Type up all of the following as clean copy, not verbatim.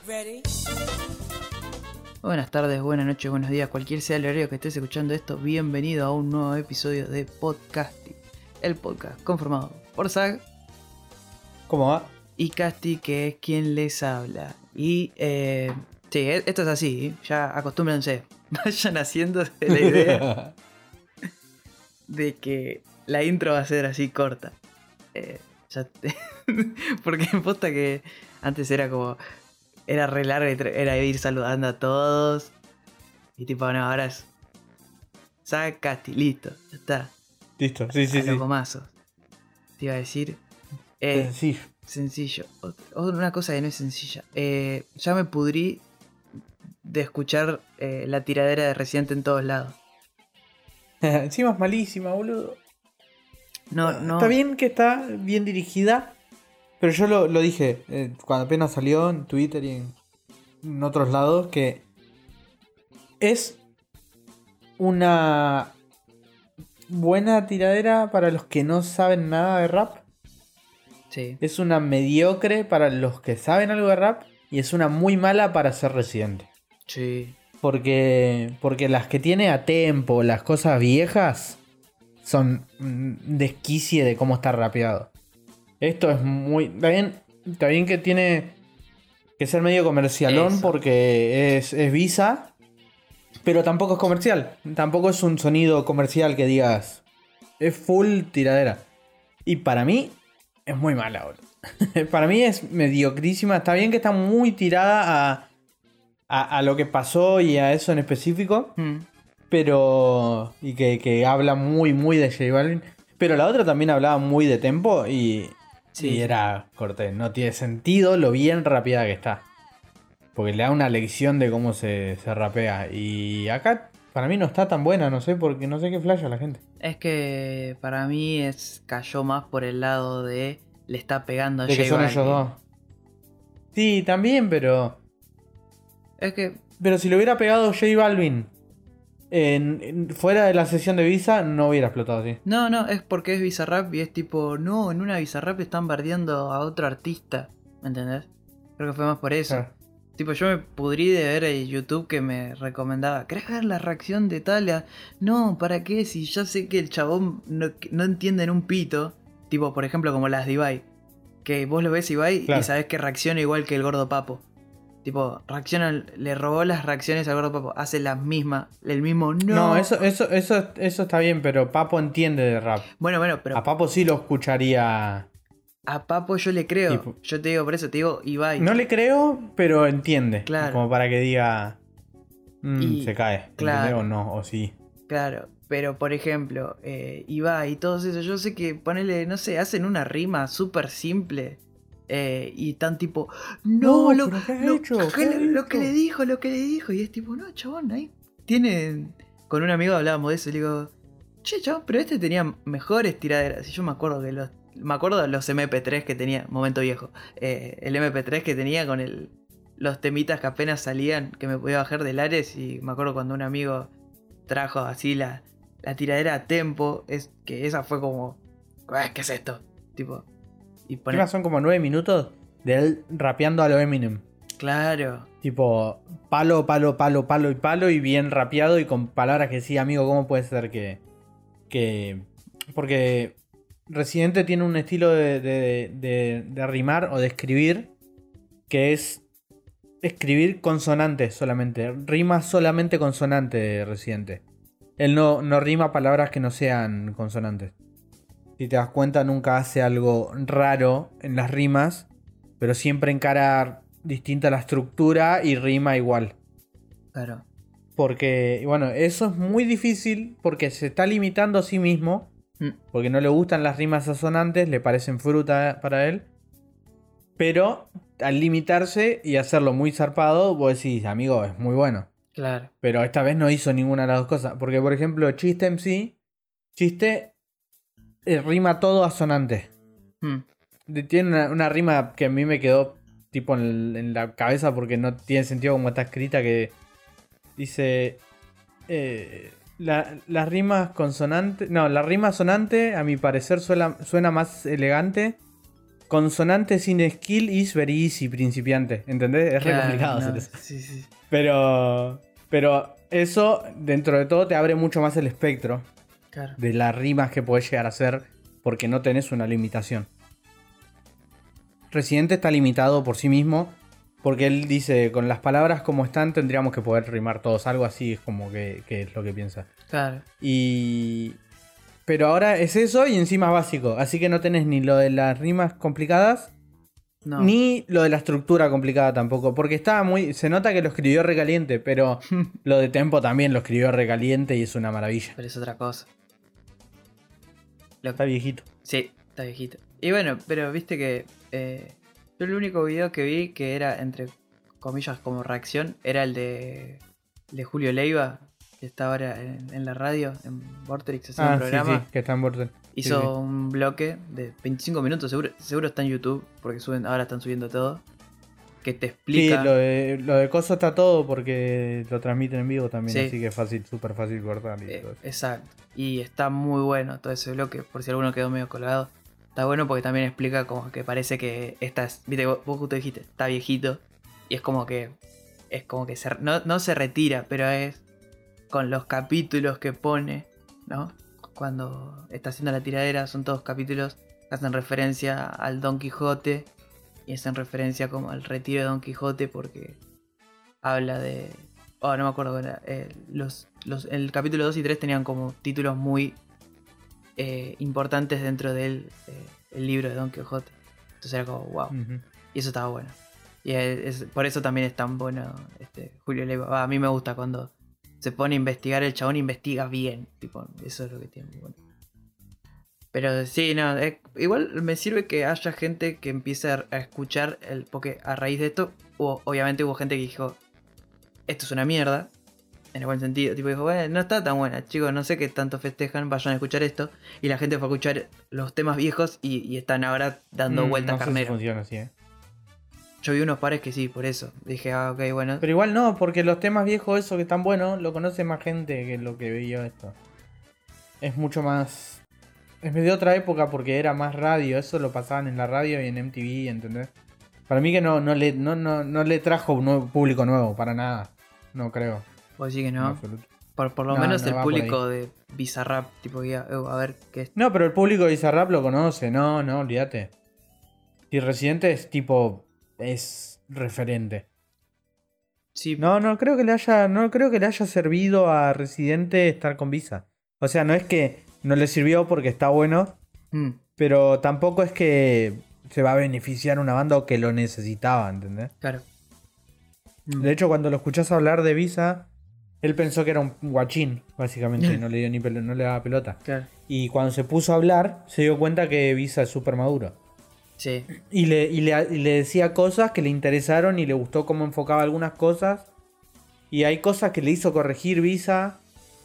Ready? Buenas tardes, buenas noches, buenos días, cualquier sea el horario que estés escuchando esto, bienvenido a un nuevo episodio de Podcasty, el podcast conformado por Zag ¿Cómo va? y Casti, que es quien les habla. Y sí, esto es así, ya acostúmbrense, vayan haciéndose la idea de que la intro va a ser así corta. Porque en posta que antes era como... Era re larga y era ir saludando a todos. Y tipo, no, ahora es... Sacaste, listo, ya está. Listo, sí. Los gomazos. Te iba a decir... Sencillo. Sencillo. Una cosa que no es sencilla. Ya me pudrí de escuchar la tiradera de Resident en todos lados. Encima es malísima, boludo. No. Está bien que está bien dirigida, pero yo lo dije cuando apenas salió en Twitter y en otros lados, que es una buena tiradera para los que no saben nada de rap. Sí. Es una mediocre para los que saben algo de rap. Y es una muy mala para ser Residente. Sí. Porque las que tiene a tempo, las cosas viejas, son desquicie de cómo está rapeado. Esto es muy... Está bien que tiene que ser medio comercialón. Eso. Porque es Visa. Pero tampoco es comercial. Tampoco es un sonido comercial que digas... Es full tiradera. Y para mí es muy mala, boludo. Para mí es mediocrísima. Está bien que está muy tirada a lo que pasó y a eso en específico. Pero... Y que habla muy de J Balvin. Pero la otra también hablaba muy de tempo y... Sí. Y era cortés. No tiene sentido lo bien rapeada que está. Porque le da una lección de cómo se rapea. Y acá para mí no está tan buena. No sé porque no sé qué flasha la gente. Es que para mí cayó más por el lado de... Le está pegando a De que J son Balvin. ellos dos. Sí, también, pero... Es que... Pero si lo hubiera pegado J Balvin fuera de la sesión de Visa, no hubiera explotado así. No, es porque es Bizarrap y es tipo, no, en una Bizarrap están bardeando a otro artista, ¿me entendés? Creo que fue más por eso. Claro. Tipo, yo me pudrí de ver en YouTube que me recomendaba, ¿querés ver la reacción de Talia? No, ¿para qué? Si yo sé que el chabón no entiende en un pito, tipo, por ejemplo, como las de Ibai, que vos lo ves Ibai Claro. y sabés que reacciona igual que el gordo Papo. Tipo, le robó las reacciones al gordo Papo, hace las mismas, el mismo no. No, eso está bien, pero Papo entiende de rap. Bueno, pero A Papo sí lo escucharía. a Papo yo le creo. Tipo- Yo te digo, por eso te digo Ibai. No le creo, pero entiende. Claro. Como para que diga... Y- se cae. claro. ¿Entendés? O no, o sí. Claro, pero por ejemplo, Ibai y todos esos, yo sé que ponele, no sé, hacen una rima súper simple. Y están tipo, no, No, pero ¿qué has hecho? ¿Qué has lo que hecho? le dijo. Y es tipo, no, chabón, ahí tiene. Con un amigo hablábamos de eso y le digo, che, chabón, pero este tenía mejores tiraderas. Y yo me acuerdo que me acuerdo de los MP3 que tenía, momento viejo. El MP3 que tenía con los temitas que apenas salían, que me podía bajar del Ares. Y me acuerdo cuando un amigo trajo así la tiradera a tempo, es que esa fue como, ¿qué es esto? Tipo, y Encima son como 9 minutos de él rapeando a lo Eminem. claro, Tipo, palo y palo y bien rapeado y con palabras que sí, amigo, ¿cómo puede ser que... Porque Residente tiene un estilo de rimar o de escribir que es escribir consonantes solamente. Rima solamente consonante Residente. Él no rima palabras que no sean consonantes. Si te das cuenta, nunca hace algo raro en las rimas, pero siempre encara distinta la estructura y rima igual. claro, Porque, bueno, eso es muy difícil porque se está limitando a sí mismo, Mm, porque no le gustan las rimas asonantes, le parecen fruta para él. Pero al limitarse y hacerlo muy zarpado, vos decís, amigo, es muy bueno. claro, Pero esta vez no hizo ninguna de las dos cosas. Porque, por ejemplo, Chiste MC, Chiste rima todo asonante. Tiene una rima que a mí me quedó tipo en la cabeza porque no tiene sentido como está escrita, que dice las rimas consonantes, no, la rima sonante a mi parecer suena más elegante consonante sin skill is very easy, principiante. ¿Entendés? Es re Claro, complicado no, hacer eso. sí. Pero eso, dentro de todo, te abre mucho más el espectro Claro. de las rimas que podés llegar a hacer porque no tenés una limitación. Residente está limitado por sí mismo porque él dice, con las palabras como están tendríamos que poder rimar todos. Algo así es como que es lo que piensa. Claro. Pero ahora es eso y encima es básico. Así que no tenés ni lo de las rimas complicadas No. ni lo de la estructura complicada tampoco. Porque estaba muy... Se nota que lo escribió recaliente, pero lo de tempo también lo escribió recaliente y es una maravilla. Pero es otra cosa. Está viejito. Sí, está viejito. Y bueno, pero viste que yo el único video que vi que era, entre comillas, como reacción, era el de Julio Leiva, que está ahora en la radio, en Vorterix, haciendo un programa. Sí, que está en Vortex. Hizo un bloque de 25 minutos, seguro está en YouTube, porque ahora están subiendo todo. Que te explica. Sí, lo de Coso está todo porque lo transmiten en vivo también, Sí. así que es fácil, súper fácil cortar y todo eso. Exacto. Y está muy bueno todo ese bloque, por si alguno quedó medio colgado. Está bueno porque también explica como que parece que viste, vos justo dijiste, está viejito. Y es como que no se retira, pero es con los capítulos que pone, ¿no? Cuando está haciendo la tiradera, son todos capítulos que hacen referencia al Don Quijote. Y hacen referencia como al retiro de Don Quijote porque habla de... Oh, no me acuerdo. El capítulo 2 y 3 tenían como títulos muy importantes dentro del el libro de Don Quijote. Entonces era como, wow. Ujú. Y eso estaba bueno. Y por eso también es tan bueno Julio Leiva. A mí me gusta cuando se pone a investigar, el chabón investiga bien. Tipo, eso es lo que tiene muy bueno. Pero sí, no, igual me sirve que haya gente que empiece a escuchar, porque a raíz de esto, obviamente hubo gente que dijo, esto es una mierda, en el buen sentido, tipo dijo, bueno, no está tan buena, chicos, no sé qué tanto festejan, vayan a escuchar esto, y la gente fue a escuchar los temas viejos y están ahora dando vueltas no sé si carnero. funciona así, Yo vi unos pares que sí, por eso, dije, ok, bueno. Pero igual no, porque los temas viejos, esos que están buenos, lo conoce más gente que lo que veía esto. Es mucho más... Es de otra época porque era más radio, eso lo pasaban en la radio y en MTV, ¿entendés? Para mí que no le trajo un nuevo público nuevo, para nada. No creo. Vos decís que En no. absoluto. Por lo No, menos no el va por público de Bizarrap, tipo, a ver qué es. No, pero el público de Bizarrap lo conoce, no, olvídate. Y Residente es tipo... es referente. Sí. No creo que le haya servido a Residente estar con Visa. O sea, no es que no le sirvió porque está bueno, pero tampoco es que se va a beneficiar una banda o que lo necesitaba, ¿entendés? Claro. De hecho, cuando lo escuchás hablar de Visa, él pensó que era un guachín, básicamente, y no le dio no le daba pelota. Claro. Y cuando se puso a hablar, se dio cuenta que Visa es súper maduro. Sí. Y le decía cosas que le interesaron y le gustó cómo enfocaba algunas cosas. Y hay cosas que le hizo corregir Visa.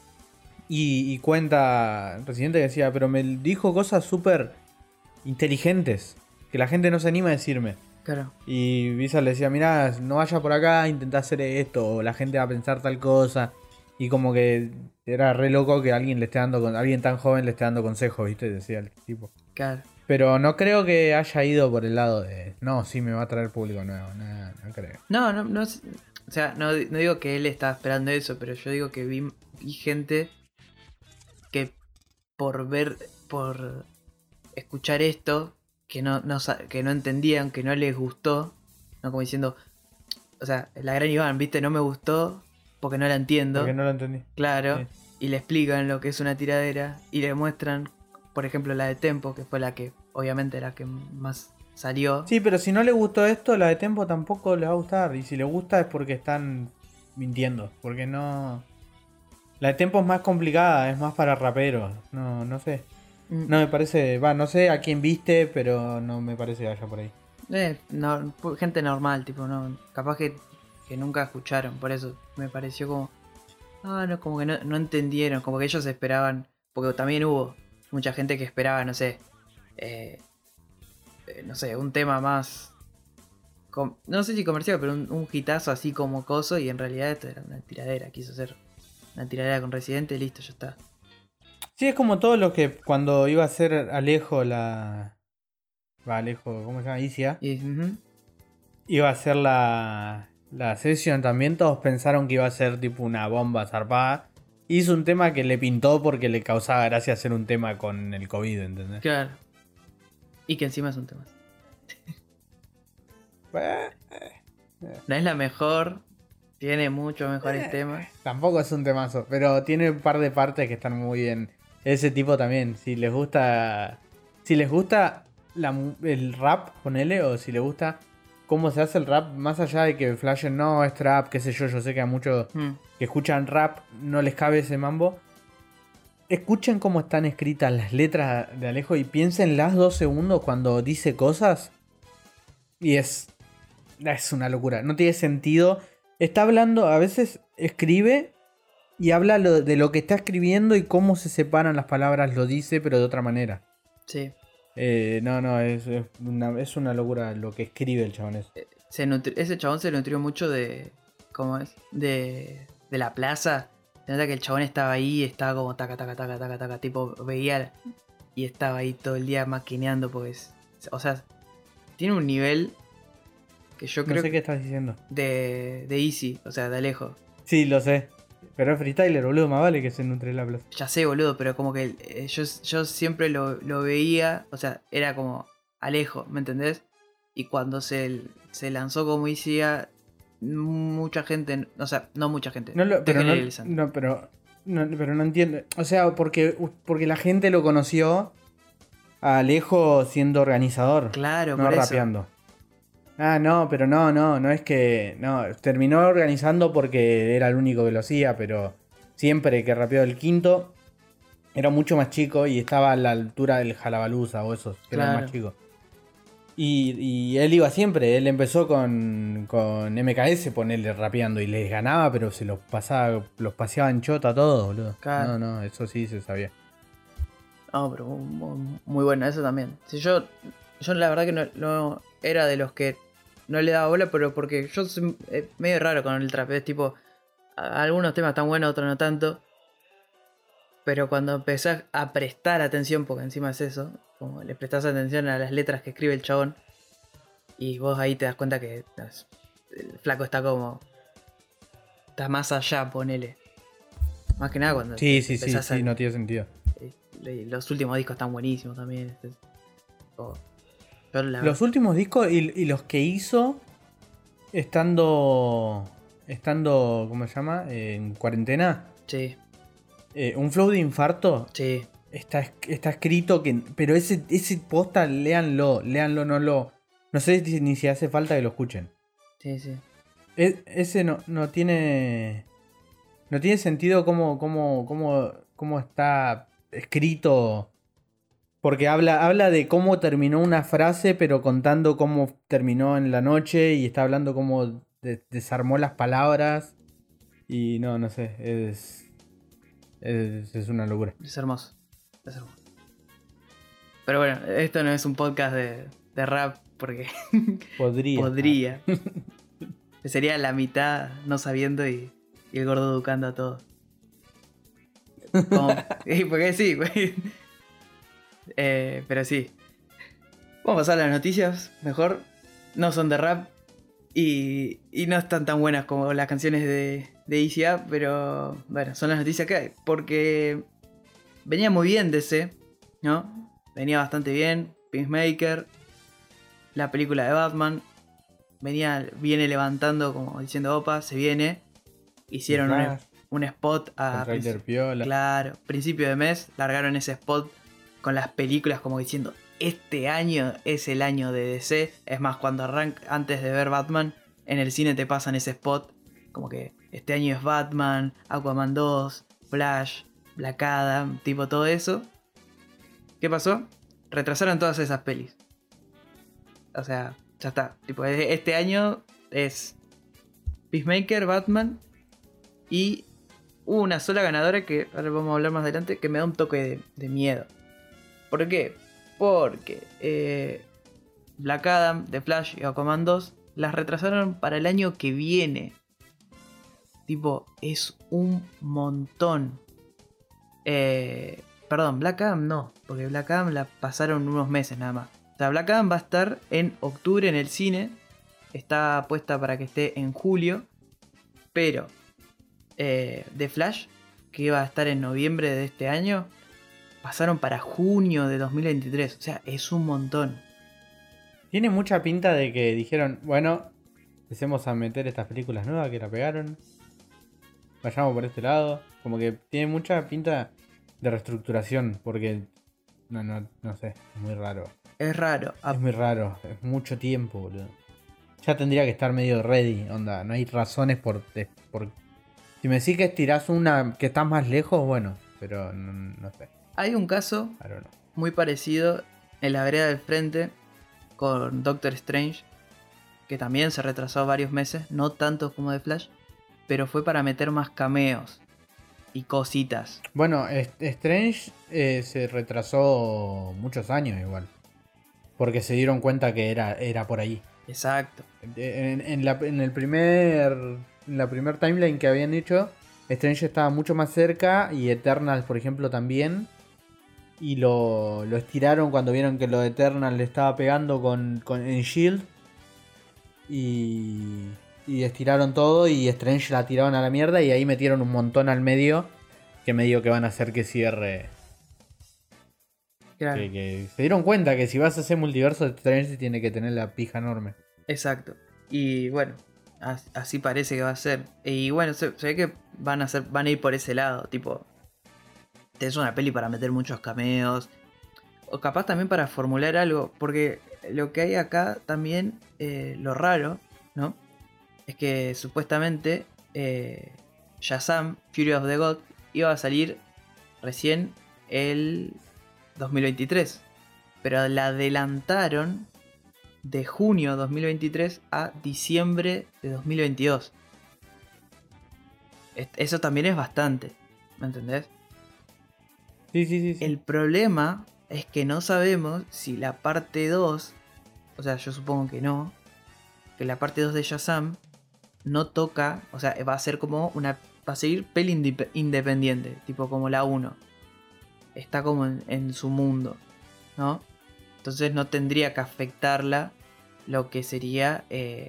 Y cuenta Residente que decía, pero me dijo cosas súper inteligentes que la gente no se anima a decirme. Claro. Y Visa le decía, mirá, no vaya por acá, intentá hacer esto, o la gente va a pensar tal cosa. Y como que era re loco que alguien alguien tan joven le esté dando consejos, ¿viste? Decía el tipo. Claro. Pero no creo que haya ido por el lado de, no, sí me va a traer público nuevo, no creo. No, o sea, no digo que él estaba esperando eso, pero yo digo que vi gente que por escuchar esto, que no entendían, que no les gustó, no como diciendo, o sea, la gran Iván, ¿viste? No me gustó porque no la entiendo. Porque no lo entendí. Claro, Sí. y le explican lo que es una tiradera y le muestran, por ejemplo, la de Tempo, que fue la que, obviamente, la que más salió. Sí, pero si no le gustó esto, la de Tempo tampoco le va a gustar. Y si le gusta es porque están mintiendo. Porque no... La de Tempo es más complicada, es más para raperos. No sé. No me parece... no sé a quién viste, pero no me parece que vaya por ahí. Gente normal, tipo, no, capaz que nunca escucharon, por eso me pareció como... no, como que no entendieron, como que ellos esperaban, porque también hubo mucha gente que esperaba, no sé, un tema más... no sé si comercial, pero un hitazo así como coso, y en realidad esto era una tiradera, quiso hacer una tiradera con Residente y listo, ya está. Sí, es como todo lo que cuando iba a hacer Alejo va Alejo, ¿cómo se llama? Isia. Y, ujú. Iba a ser la session también. Todos pensaron que iba a ser tipo una bomba zarpada. Hizo un tema que le pintó porque le causaba gracia hacer un tema con el COVID, ¿entendés? Claro. Y que encima es un tema. No es la mejor. Tiene muchos mejores temas. Tampoco es un temazo, pero tiene un par de partes que están muy bien. Ese tipo también, si les gusta el rap, ponele, o si les gusta cómo se hace el rap, más allá de que flashen no es trap, qué sé yo sé que a muchos que escuchan rap no les cabe ese mambo. Escuchen cómo están escritas las letras de Alejo y piénsenlas 2 segundos cuando dice cosas. Y es una locura, no tiene sentido. Está hablando, a veces escribe y habla de lo que está escribiendo y cómo se separan las palabras, lo dice, pero de otra manera. Sí. Es una locura lo que escribe el chabón. Ese chabón se nutrió mucho de. ¿Cómo es? De la plaza. Se nota que el chabón estaba ahí, estaba como taca, taca, taca, taca, taca. Tipo, veía y estaba ahí todo el día maquineando, pues. O sea, tiene un nivel que yo creo. No sé qué estás diciendo. De Easy, o sea, de Alejo. Sí, lo sé. Pero es freestyler, boludo, más vale que se nutre la plaza. Ya sé, boludo, pero como que yo siempre lo veía, o sea, era como Alejo, ¿me entendés? Y cuando se lanzó como Easy, mucha gente, o sea, no mucha gente, Pero no entiendo. O sea, porque la gente lo conoció a Alejo siendo organizador. Claro, no por rapeando. eso. No, pero no es que... No, terminó organizando porque era el único que lo hacía, pero siempre que rapeó el quinto era mucho más chico y estaba a la altura del Jalabaluza o esos, que eran más chicos. Y él iba siempre, él empezó con MKS, ponerle rapeando y les ganaba, pero se los paseaba en chota a todos, boludo. Claro. No, eso sí se sabía. No, pero muy bueno, eso también. Si yo la verdad que no era de los que no le daba bola, pero porque yo soy medio raro con el trap. Es tipo, algunos temas están buenos, otros no tanto. Pero cuando empezás a prestar atención, porque encima es eso, como le prestás atención a las letras que escribe el chabón, y vos ahí te das cuenta que el flaco está más allá, ponele. Más que nada cuando Sí, no tiene sentido. Los últimos discos están buenísimos también. Los últimos discos y los que hizo estando ¿cómo se llama? En cuarentena. Sí. Un flow de infarto. Sí. Está escrito que. Pero ese posta, léanlo, no sé ni si hace falta que lo escuchen. Sí. Ese no tiene. No tiene sentido cómo está escrito. Porque habla de cómo terminó una frase, pero contando cómo terminó en la noche. Y está hablando cómo desarmó las palabras. Y no sé. Es una locura. Es hermoso. Pero bueno, esto no es un podcast de rap porque podría. Sería la mitad no sabiendo y el gordo educando a todos. Porque sí, güey. Pero sí. Vamos a pasar a las noticias. Mejor. No son de rap. Y no están tan buenas como las canciones de ICA. Pero bueno, son las noticias que hay. Porque venía muy bien DC, ¿no? Venía bastante bien. Peacemaker. La película de Batman. Viene levantando como diciendo, opa, se viene. Hicieron un spot a principio de mes. Largaron ese spot con las películas como diciendo, este año es el año de DC. Es más, cuando antes de ver Batman, en el cine te pasan ese spot. Como que este año es Batman, Aquaman 2, Flash, Black Adam, tipo todo eso. ¿Qué pasó? Retrasaron todas esas pelis. O sea, ya está. Tipo, este año es Peacemaker, Batman y hubo una sola ganadora que ahora vamos a hablar más adelante que me da un toque de miedo. ¿Por qué? Porque Black Adam, The Flash y Aquaman 2 las retrasaron para el año que viene. Tipo, es un montón. Perdón, Black Adam no, porque Black Adam la pasaron unos meses nada más. O sea, Black Adam va a estar en octubre en el cine. Está puesta para que esté en julio. Pero The Flash, que iba a estar en noviembre de este año, pasaron para junio de 2023. O sea, es un montón. Tiene mucha pinta de que dijeron, bueno, empecemos a meter estas películas nuevas que la pegaron. Vayamos por este lado. Como que tiene mucha pinta de reestructuración. Porque, no sé, es muy raro. Es raro. Es muy raro, es mucho tiempo, boludo. Ya tendría que estar medio ready, onda. No hay razones por... Si me decís que estirás una que está más lejos, bueno. Pero no sé. Hay un caso muy parecido en la vereda del frente con Doctor Strange, que también se retrasó varios meses, no tanto como The Flash, pero fue para meter más cameos y cositas. Bueno, Strange se retrasó muchos años igual. Porque se dieron cuenta que era por ahí. Exacto. En la primer timeline que habían hecho, Strange estaba mucho más cerca y Eternals, por ejemplo, también. Y lo estiraron cuando vieron que lo de Eternals le estaba pegando en Shield. Y estiraron todo y Strange la tiraron a la mierda y ahí metieron un montón al medio. Que medio que van a hacer que cierre. Claro. Que se dieron cuenta que si vas a hacer multiverso, Strange tiene que tener la pija enorme. Exacto. Y bueno, así parece que va a ser. Y bueno, se ve que van a ir por ese lado. Tipo, tenés una peli para meter muchos cameos. O capaz también para formular algo. Porque lo que hay acá también, lo raro, ¿no? Es que supuestamente Shazam, Fury of the God, iba a salir recién el 2023. Pero la adelantaron de junio 2023 a diciembre de 2022. Eso también es bastante, ¿me entendés? Sí. El problema es que no sabemos si la parte 2, o sea, yo supongo que no, que la parte 2 de Shazam no toca, o sea, va a ser como va a seguir peli independiente, tipo como la 1. Está como en su mundo, ¿no? Entonces no tendría que afectarla lo que sería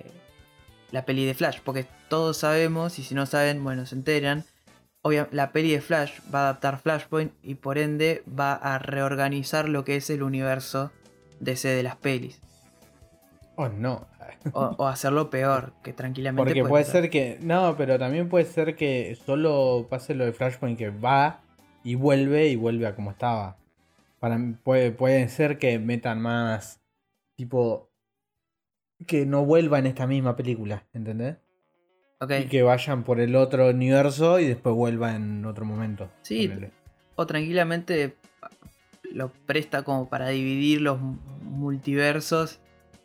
la peli de Flash. Porque todos sabemos, y si no saben, bueno, se enteran. La peli de Flash va a adaptar Flashpoint y por ende va a reorganizar lo que es el universo DC de las pelis. Oh, no. O hacerlo peor, que tranquilamente Porque puede ser que... No, pero también puede ser que solo pase lo de Flashpoint, que va y vuelve a como estaba. Puede ser que metan más, tipo, que no vuelva en esta misma película, ¿entendés? Okay. Y que vayan por el otro universo y después vuelva en otro momento. Sí, ponele. O tranquilamente lo presta como para dividir los multiversos.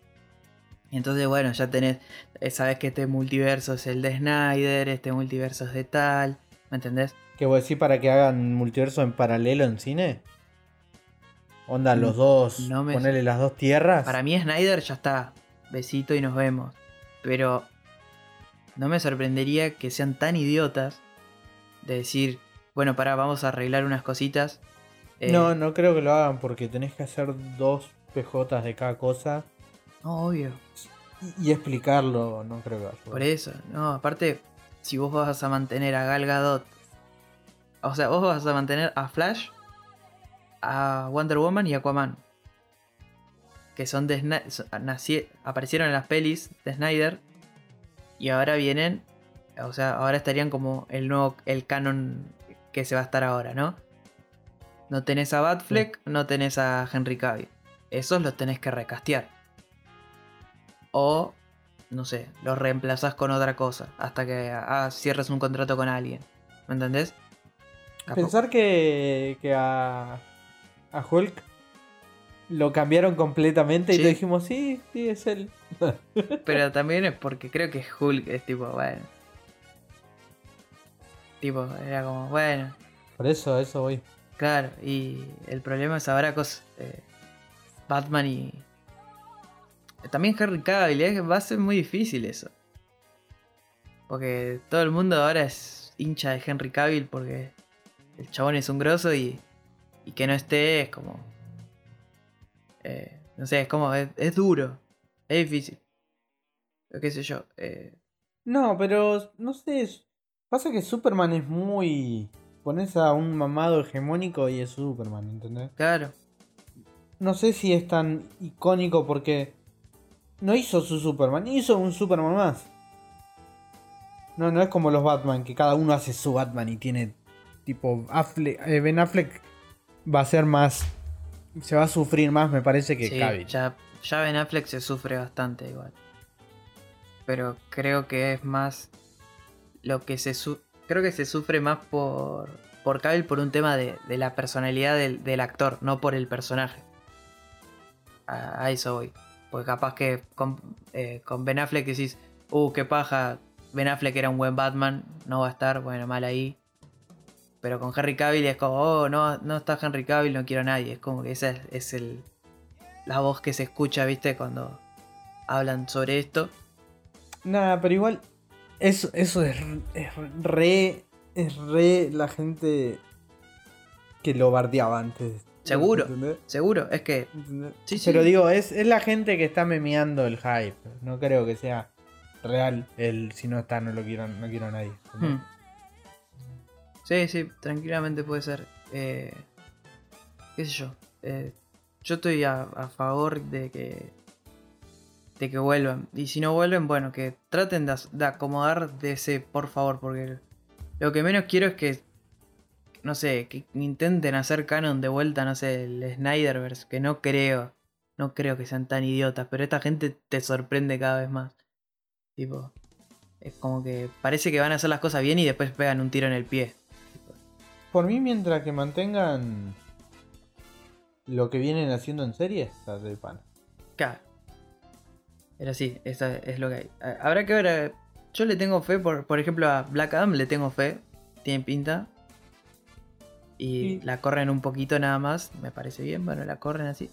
Y entonces, bueno, ya sabes que este multiverso es el de Snyder, este multiverso es de tal, ¿me entendés? ¿Qué vos decís para que hagan multiverso en paralelo en cine? Onda, los dos, ponerle las dos tierras. Para mí Snyder ya está, besito y nos vemos. Pero no me sorprendería que sean tan idiotas de decir, bueno, vamos a arreglar unas cositas. No creo que lo hagan porque tenés que hacer 2 PJs de cada cosa. No, obvio. Y explicarlo, no creo que vaya. Por eso, no, aparte, si vos vas a mantener a Gal Gadot, o sea, vos vas a mantener a Flash, a Wonder Woman y Aquaman, que son aparecieron en las pelis de Snyder y ahora vienen, o sea, ahora estarían como el canon que se va a estar ahora, ¿no? No tenés a Batfleck, no tenés a Henry Cavill. Esos los tenés que recastear. O, no sé, los reemplazás con otra cosa hasta que cierres un contrato con alguien. ¿Me entendés? Pensar que a Hulk lo cambiaron completamente y todos dijimos, sí, es él. Pero también es porque creo que Hulk es tipo, bueno. Tipo, era como, bueno. Por eso voy. Claro, y el problema es ahora Batman y... También Henry Cavill, va a ser muy difícil eso. Porque todo el mundo ahora es hincha de Henry Cavill porque el chabón es un grosso y que no esté es como... No sé, es como, es duro, es difícil. Pero qué sé yo. No, pero no sé. Pasa que Superman es muy. Pones a un mamado hegemónico y es Superman, ¿entendés? Claro. No sé si es tan icónico porque no hizo su Superman, hizo un Superman más. No, no es como los Batman, que cada uno hace su Batman y tiene tipo Ben Affleck va a ser más, se va a sufrir más, me parece, que Sí, Cavill. ya Ben Affleck se sufre bastante igual. Pero creo que es más lo que creo que se sufre más por Cavill por un tema de la personalidad del actor, no por el personaje. A eso voy. Porque capaz que con Ben Affleck decís, qué paja, Ben Affleck era un buen Batman, no va a estar, bueno, mal ahí. Pero con Henry Cavill es como, no, no está Henry Cavill, no quiero a nadie. Es como que esa es la voz que se escucha, ¿viste? Cuando hablan sobre esto. Nada, pero igual, eso es re la gente que lo bardeaba antes. Seguro, ¿Entendés? seguro. Es que, ¿Entendés? sí, Pero sí. digo, es la gente que está memeando el hype. No creo que sea real el si no está, no quiero a nadie. ¿Entendés? Sí, sí, tranquilamente puede ser. Qué sé yo. Yo estoy a favor de que vuelvan. Y si no vuelven, bueno, que traten de acomodar de ese, por favor, porque lo que menos quiero es que, no sé, que intenten hacer canon de vuelta, no sé, el Snyderverse, que no creo. No creo que sean tan idiotas, pero esta gente te sorprende cada vez más. Tipo, es como que parece que van a hacer las cosas bien y después pegan un tiro en el pie. Por mí, mientras que mantengan lo que vienen haciendo en series, está de pan. Claro. Pero sí, eso es lo que hay. Habrá que ver. Yo le tengo fe, por ejemplo, a Black Adam le tengo fe. Tiene pinta. Y Sí. la corren un poquito nada más. Me parece bien. Bueno, la corren así.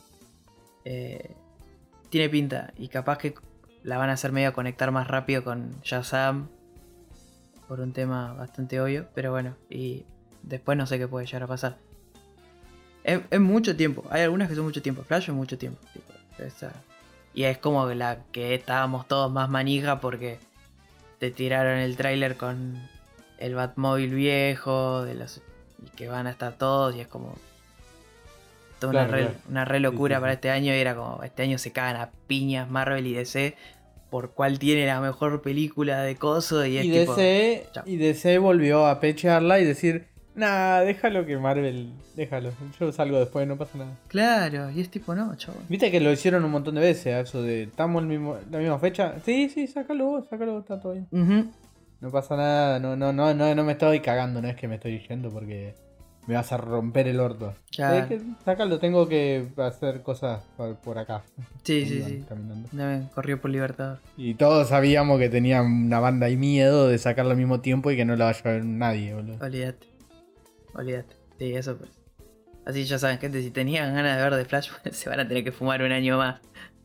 Tiene pinta. Y capaz que la van a hacer medio conectar más rápido con Shazam. Por un tema bastante obvio. Pero bueno. Y después no sé qué puede llegar a pasar. Es mucho tiempo. Hay algunas que son mucho tiempo. Flash es mucho tiempo. Tipo, y es como la que estábamos todos más manija porque te tiraron el tráiler con el Batmóvil viejo y que van a estar todos y es como toda Claro. una re locura Sí. para este año y era como este año se cagan a piñas Marvel y DC por cuál tiene la mejor película de coso y es tipo chao. Y DC volvió a pecharla y decir, nah, déjalo que Marvel, déjalo, yo salgo después, no pasa nada. Claro, y es tipo no, chabón. Viste que lo hicieron un montón de veces, eso de, ¿estamos la misma fecha? Sí, sácalo, está todo bien. Ujú. No pasa nada, no me estoy cagando, no es que me estoy yendo porque me vas a romper el orto. Claro. Que sácalo, tengo que hacer cosas por acá. Sí, Ahí sí, van sí. caminando. No, corrió por Libertador. Y todos sabíamos que tenía una banda y miedo de sacarlo al mismo tiempo y que no la vaya a ver nadie, boludo. Olvídate. Sí, eso pues. Así ya saben, gente, si tenían ganas de ver de Flash, se van a tener que fumar un año más.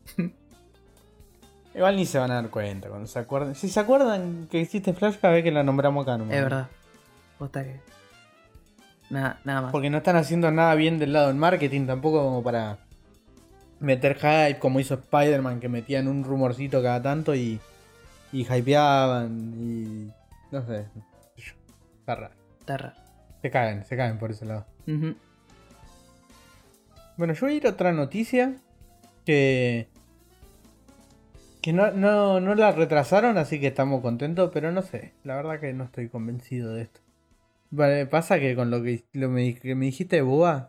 Igual ni se van a dar cuenta cuando se acuerden. Si se acuerdan que existe Flash, cada vez que la nombramos acá nomás. Es verdad. Posta que. Nada más. Porque no están haciendo nada bien del lado del marketing, tampoco como para meter hype, como hizo Spider-Man, que metían un rumorcito cada tanto y hypeaban y. No sé. Está raro. Está raro. Se caen por ese lado. Ujú. Bueno, yo voy a ir a otra noticia que no la retrasaron, así que estamos contentos, pero no sé, la verdad que no estoy convencido de esto. Vale, pasa que con lo que me dijiste de Boba,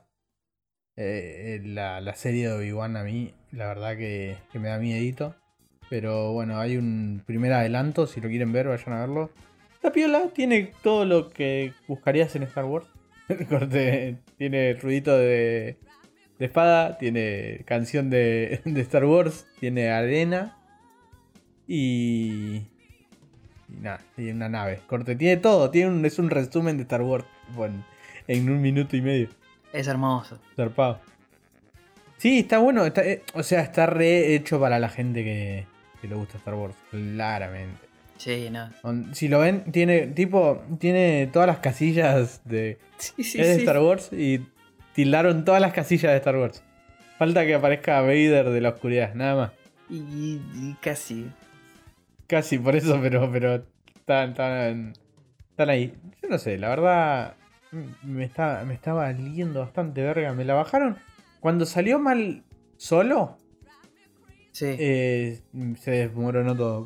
la serie de Obi-Wan a mí, la verdad que me da miedito. Pero bueno, hay un primer adelanto, si lo quieren ver, vayan a verlo. La piola tiene todo lo que buscarías en Star Wars. Tiene ruidito de espada, tiene canción de Star Wars, tiene arena y nada, tiene una nave. Tiene todo, es un resumen de Star Wars en 1 minuto y medio. Es hermoso. Zarpado. Sí, está bueno, o sea, está re hecho para la gente que le gusta Star Wars, claramente. Sí, no. Si lo ven, tiene todas las casillas Sí, es de Star Wars y tildaron todas las casillas de Star Wars. Falta que aparezca Vader de la oscuridad, nada más. Y casi. Casi por eso, pero están ahí. Yo no sé, la verdad me estaba liendo bastante verga. Me la bajaron. Cuando salió mal solo, Sí. se desmoronó todo.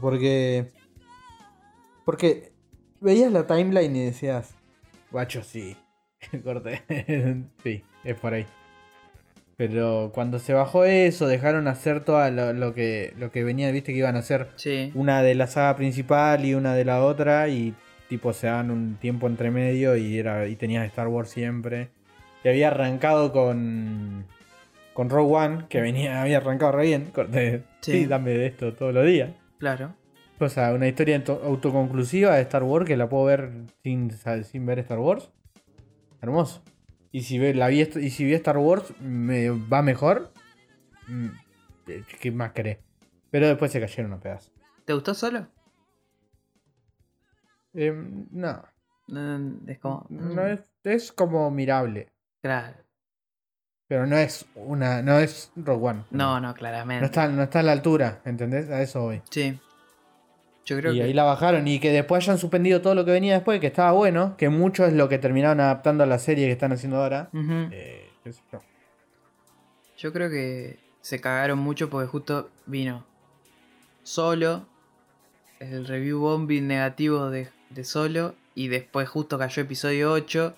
Porque veías la timeline y decías, guacho, sí. Corté. Sí, es por ahí. Pero cuando se bajó eso, dejaron hacer todo lo que venía, viste que iban a hacer Sí. una de la saga principal y una de la otra, y tipo se dan un tiempo entre medio y tenías Star Wars siempre. Y había arrancado con Rogue One, que había arrancado re bien. Sí, dame de esto todos los días. Claro. O sea, una historia autoconclusiva de Star Wars que la puedo ver sin ver Star Wars. Hermoso. Y si vi Star Wars, me va mejor. mm, ¿Qué más querés? Pero después se cayeron a pedazos. ¿Te gustó solo? No. Es como. No es como mirable. Claro. Pero no es no es Rogue One. No, claramente. No está a la altura, ¿entendés? A eso voy. Sí. Yo creo Y que. ahí la bajaron. Y que después hayan suspendido todo lo que venía después, que estaba bueno. Que mucho es lo que terminaron adaptando a la serie que están haciendo ahora. Ujú. Qué sé yo. Yo creo que se cagaron mucho porque justo vino Solo, el review bombing negativo de Solo, y después justo cayó episodio 8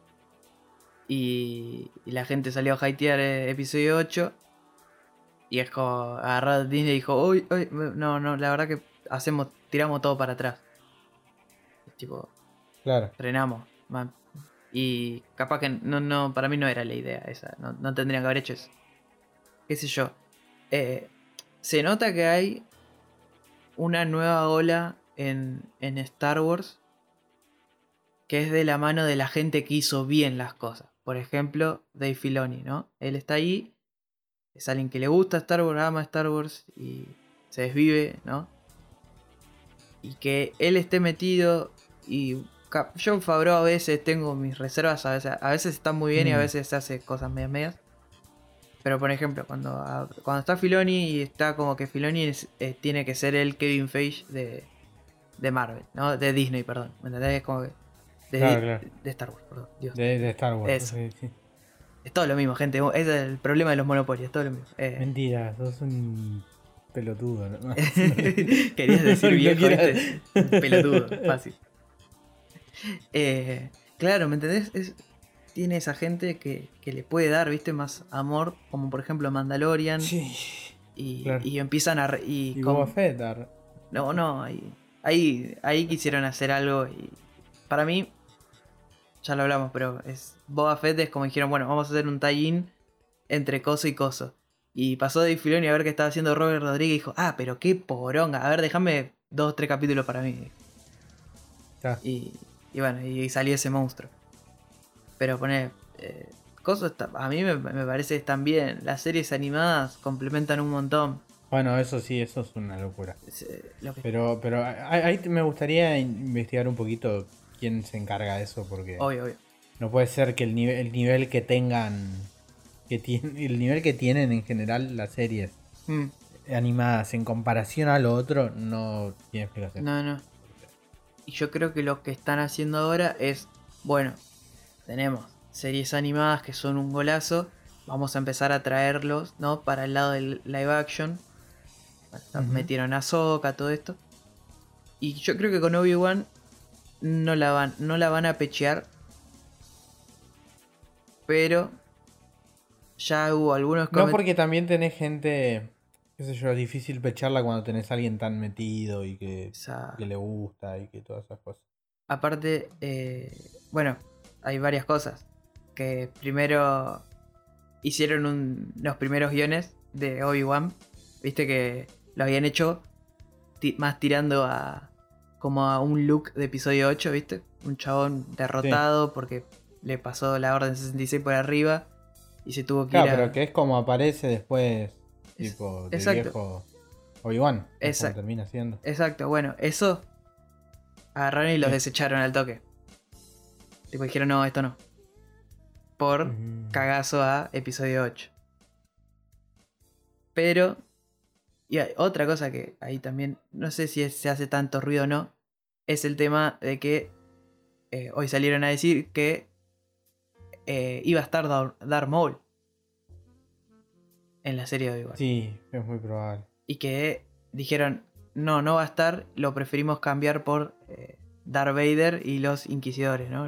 y la gente salió a hypear episodio 8 y es como agarrado Disney y dijo, uy, uy, no, la verdad que tiramos todo para atrás. Tipo, Claro. frenamos. Y capaz que no, para mí no era la idea esa, no tendrían que haber hecho eso. Qué sé yo. Se nota que hay una nueva ola en Star Wars que es de la mano de la gente que hizo bien las cosas. Por ejemplo, Dave Filoni, ¿no? Él está ahí, es alguien que le gusta Star Wars, ama Star Wars y se desvive, ¿no? Y que él esté metido y Jon Favreau a veces tengo mis reservas, a veces está muy bien y a veces hace cosas medias. Pero por ejemplo, cuando está Filoni y está como que Filoni tiene que ser el Kevin Feige de Marvel, ¿no? De Disney, perdón. ¿Me entendés? Es como que Claro. de Star Wars, perdón. Dios. De Star Wars. Eso. Sí. Es todo lo mismo, gente. Ese es el problema de los monopolios, es todo lo mismo. Mentira, sos un pelotudo, ¿no? Querías decir No viejo, quiero- ¿viste? Pelotudo, fácil. Claro, ¿me entendés? Tiene esa gente que le puede dar, ¿viste? Más amor, como por ejemplo Mandalorian. Sí. Y, Claro. y empiezan a... Y Boba Fett. No, ahí quisieron hacer algo y para mí, ya lo hablamos, pero Boba Fett es como dijeron, bueno, vamos a hacer un tie-in entre coso y coso. Y pasó Dave Filoni a ver qué estaba haciendo Robert Rodríguez y dijo, pero qué poronga, a ver, déjame 2 o 3 capítulos para mí. Ya. Y bueno, y salió ese monstruo. Pero poner... cosas a mí me parece que están bien. Las series animadas complementan un montón. Bueno, eso sí, eso es una locura. Lo que... Pero ahí me gustaría investigar un poquito quién se encarga de eso, porque Obvio. no puede ser que el nivel que tengan, el nivel que tienen en general las series animadas en comparación a lo otro no tiene explicación. No. Y yo creo que lo que están haciendo ahora es, bueno, tenemos series animadas que son un golazo, vamos a empezar a traerlos, ¿no? Para el lado del live action. Metieron a Ahsoka, todo esto. Y yo creo que con Obi-Wan no la van a pechear. Pero ya hubo algunos No, porque también tenés gente, qué sé yo, es difícil pecharla cuando tenés a alguien tan metido y que le gusta y que todas esas cosas. Aparte, bueno, hay varias cosas. Que primero hicieron los primeros guiones de Obi-Wan. Viste que lo habían hecho más tirando como a un look de episodio 8, ¿viste? Un chabón derrotado porque le pasó la Orden 66 por arriba y se tuvo que ir a... pero que es como aparece después, tipo, de exacto. viejo Obi-Wan. Exacto. Como termina siendo. Exacto, bueno, eso agarraron y los desecharon al toque. Tipo, dijeron, no, esto no. Por cagazo a episodio 8. Pero, y hay otra cosa que ahí también, no sé si se hace tanto ruido o no, es el tema de que hoy salieron a decir que iba a estar Darth Maul en la serie de Obi-Wan. Sí, es muy probable. Y que dijeron, no va a estar, lo preferimos cambiar por Darth Vader y los Inquisidores, ¿no?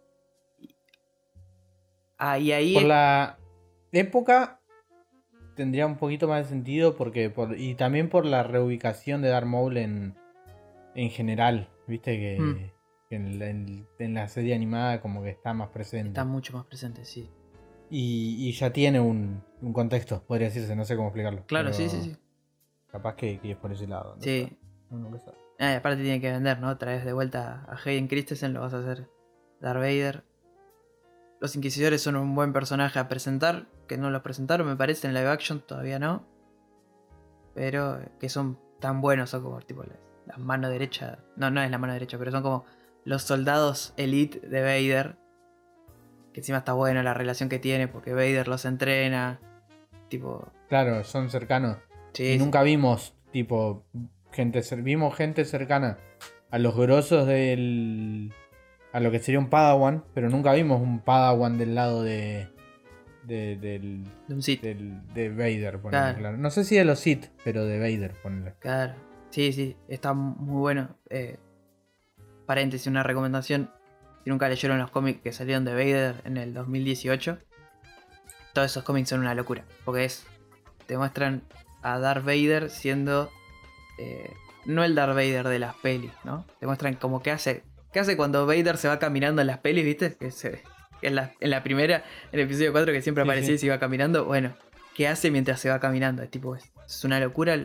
Y ahí... Por la época tendría un poquito más de sentido y también por la reubicación de Darth Maul en general. Viste que en la serie animada como que está más presente. Está mucho más presente, sí. Y ya tiene un contexto, podría decirse, no sé cómo explicarlo. Claro, sí. Capaz que es por ese lado. Sí. Uno sabe. Aparte tiene que vender, ¿no? Traes de vuelta a Hayden Christensen, lo vas a hacer Darth Vader. Los Inquisidores son un buen personaje a presentar, que no los presentaron, me parece, en live action, todavía no. Pero que son tan buenos, son como tipo la mano derecha. No es la mano derecha, pero son como los soldados elite de Vader. Que encima está buena la relación que tiene, porque Vader los entrena. Tipo. Claro, son cercanos. Sí, y nunca vimos, tipo, vimos gente cercana a los grosos a lo que sería un Padawan, pero nunca vimos un Padawan del lado de un Sith. de Vader, Claro. claro. No sé si de los Sith, pero de Vader, ponele. Claro. Sí, está muy bueno. Paréntesis, una recomendación. Si nunca leyeron los cómics que salieron de Vader en el 2018, todos esos cómics son una locura. Porque te muestran a Darth Vader siendo no el Darth Vader de las pelis, ¿no? Te muestran como qué hace cuando Vader se va caminando en las pelis, ¿viste? Que en la primera, en el episodio 4 que siempre aparecía y se iba caminando. Bueno, ¿qué hace mientras se va caminando? Es una locura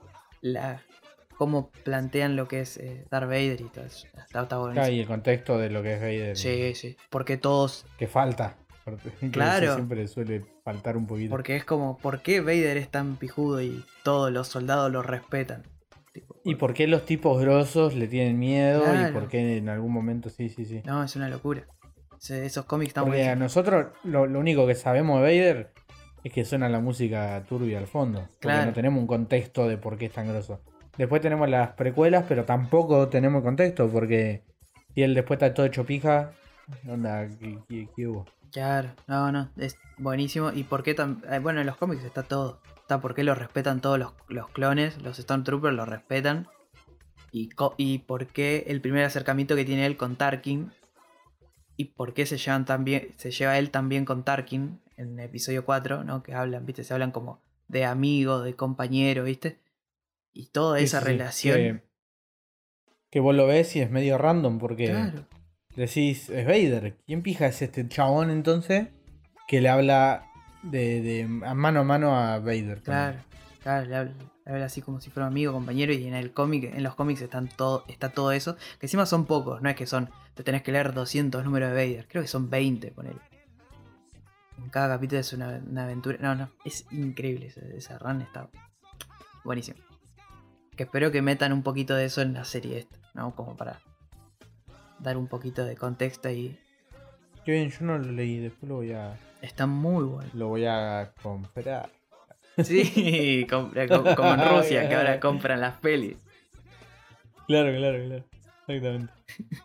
cómo plantean lo que es Darth Vader y todo eso. Está buenísimo. Y el contexto de lo que es Vader. Sí. Porque todos... Que falta. Claro. Eso siempre suele faltar un poquito. Porque es como, ¿por qué Vader es tan pijudo y todos los soldados lo respetan? ¿Y por qué los tipos grosos le tienen miedo? Claro. Y por qué en algún momento sí. No, es una locura. Esos cómics están Porque buenísimos. a nosotros lo único que sabemos de Vader es que suena la música turbia al fondo. Porque Claro. no tenemos un contexto de por qué es tan grosso. Después tenemos las precuelas, pero tampoco tenemos contexto. Porque si él después está todo hecho pija, onda, ¿qué hubo? Claro, no, es buenísimo. Y por qué bueno, en los cómics está todo. Está por qué lo respetan todos los clones, los Stormtroopers lo respetan. Y por qué el primer acercamiento que tiene él con Tarkin. Y por qué se lleva él también con Tarkin en el episodio 4, ¿no? Que hablan, ¿viste? Se hablan como de amigo, de compañero, ¿viste? Y toda esa relación. Que vos lo ves y es medio random porque Claro. decís, es Vader. ¿Quién pija es este chabón entonces que le habla de mano a mano a Vader? Claro, le habla así como si fuera amigo, compañero, y en los cómics está todo eso, que encima son pocos, no es que te tenés que leer 200 números de Vader, creo que son 20, ponele. En cada capítulo es una aventura, no, es increíble, esa run está buenísimo. Que espero que metan un poquito de eso en la serie esta, ¿no? Como para dar un poquito de contexto y... Qué bien, yo no lo leí, después Está muy bueno. Lo voy a comprar. Sí, como en Rusia, que ahora compran las pelis. Claro. Exactamente.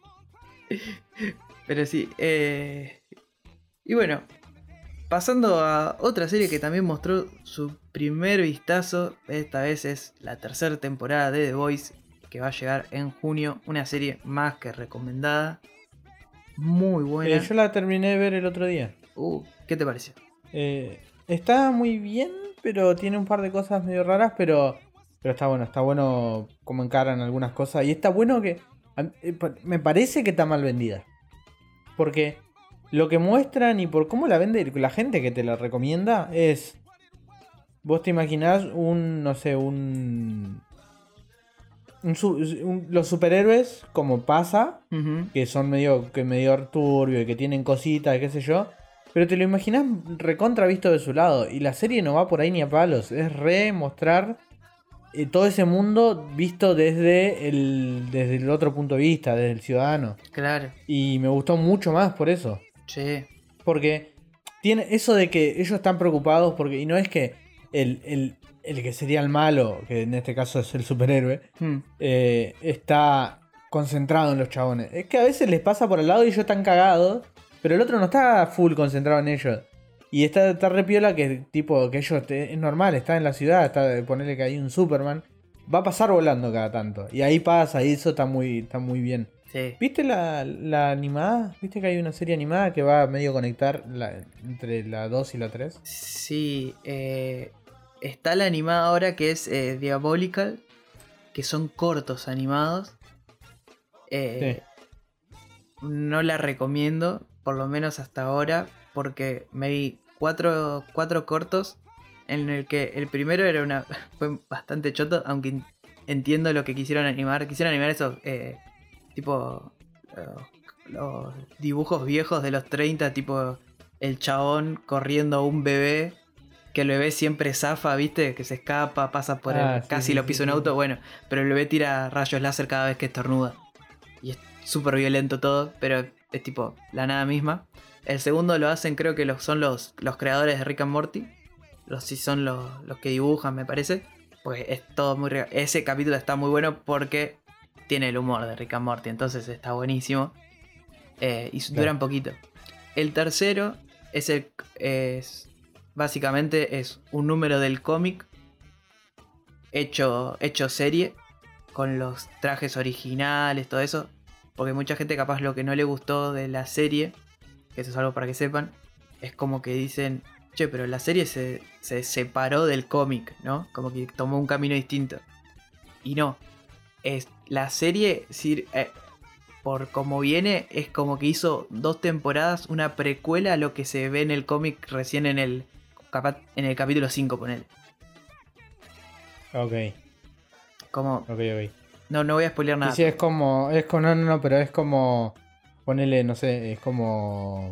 Pero sí, y bueno, pasando a otra serie que también mostró su primer vistazo, esta vez es la tercera temporada de The Voice, que va a llegar en junio, una serie más que recomendada, muy buena. Yo la terminé de ver el otro día. ¿Qué te pareció? Está muy bien, pero tiene un par de cosas medio raras, pero está bueno como encaran algunas cosas. Y está bueno que me parece que está mal vendida. Porque lo que muestran y por cómo la vende la gente que te la recomienda es... Vos te imaginás los superhéroes como pasa, que son medio turbio y que tienen cositas, qué sé yo. Pero te lo imaginas recontra visto de su lado. Y la serie no va por ahí ni a palos. Es mostrar todo ese mundo visto desde el otro punto de vista, desde el ciudadano. Claro. Y me gustó mucho más por eso. Sí. Porque tiene eso de que ellos están preocupados y no es que el que sería el malo, que en este caso es el superhéroe, Hmm. está concentrado en los chabones. Es que a veces les pasa por al lado y ellos están cagados, pero el otro no está full concentrado en ellos. Y está re piola que tipo que ellos es normal, está en la ciudad, ponerle que hay un Superman, va a pasar volando cada tanto. Y ahí pasa, y eso está muy bien. Sí. ¿Viste la animada? ¿Viste que hay una serie animada que va a medio conectar entre la 2 y la 3? Sí, está la animada ahora que es Diabolical, que son cortos animados. Sí. No la recomiendo, por lo menos hasta ahora, porque me vi cuatro cortos en el que el primero era fue bastante choto, aunque entiendo lo que quisieron animar. Quisieron animar esos tipo los dibujos viejos de los 30, tipo el chabón corriendo a un bebé, que el bebé siempre zafa, ¿viste? Que se escapa, pasa por Ah, sí, casi sí, lo sí, pisa un sí. auto, bueno, pero el bebé tira rayos láser cada vez que estornuda. Y es súper violento todo, pero es tipo la nada misma. El segundo lo hacen, creo que son los creadores de Rick and Morty. Sí son los que dibujan, me parece. Pues es todo muy real. Ese capítulo está muy bueno porque tiene el humor de Rick and Morty, entonces está buenísimo. Y dura un poquito. El tercero es básicamente es un número del cómic hecho serie, con los trajes originales, todo eso. Porque mucha gente capaz lo que no le gustó de la serie, que eso es algo para que sepan, es como que dicen, che, pero la serie se separó del cómic, ¿no? Como que tomó un camino distinto. Y no, es la serie, por como viene, es como que hizo 2 temporadas, una precuela a lo que se ve en el cómic recién en el capítulo 5, ponele. Ok, Como, ok. no voy a spoilear nada. Sí, es como, no, pero es como, ponele, no sé, es como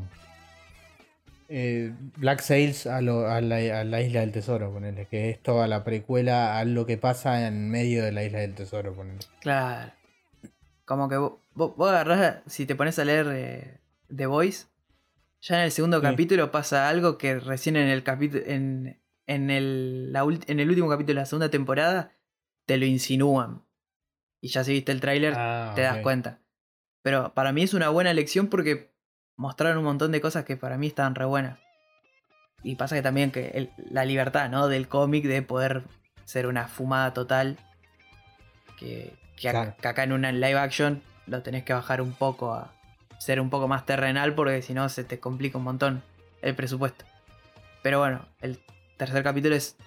Black Sails a la Isla del Tesoro, ponele, que es toda la precuela a lo que pasa en medio de la Isla del Tesoro, ponele. Claro. Como que vos agarrás, si te pones a leer The Voice, ya en el segundo Sí. capítulo pasa algo que recién en el capítulo. En el último capítulo de la segunda temporada te lo insinúan. Y ya si viste el tráiler te das Ok. cuenta. Pero para mí es una buena elección porque mostraron un montón de cosas que para mí estaban re buenas. Y pasa que también que la libertad, ¿no? Del cómic de poder ser una fumada total. Claro. Que acá en una live action lo tenés que bajar un poco a ser un poco más terrenal, porque si no se te complica un montón el presupuesto. Pero bueno, el tercer capítulo es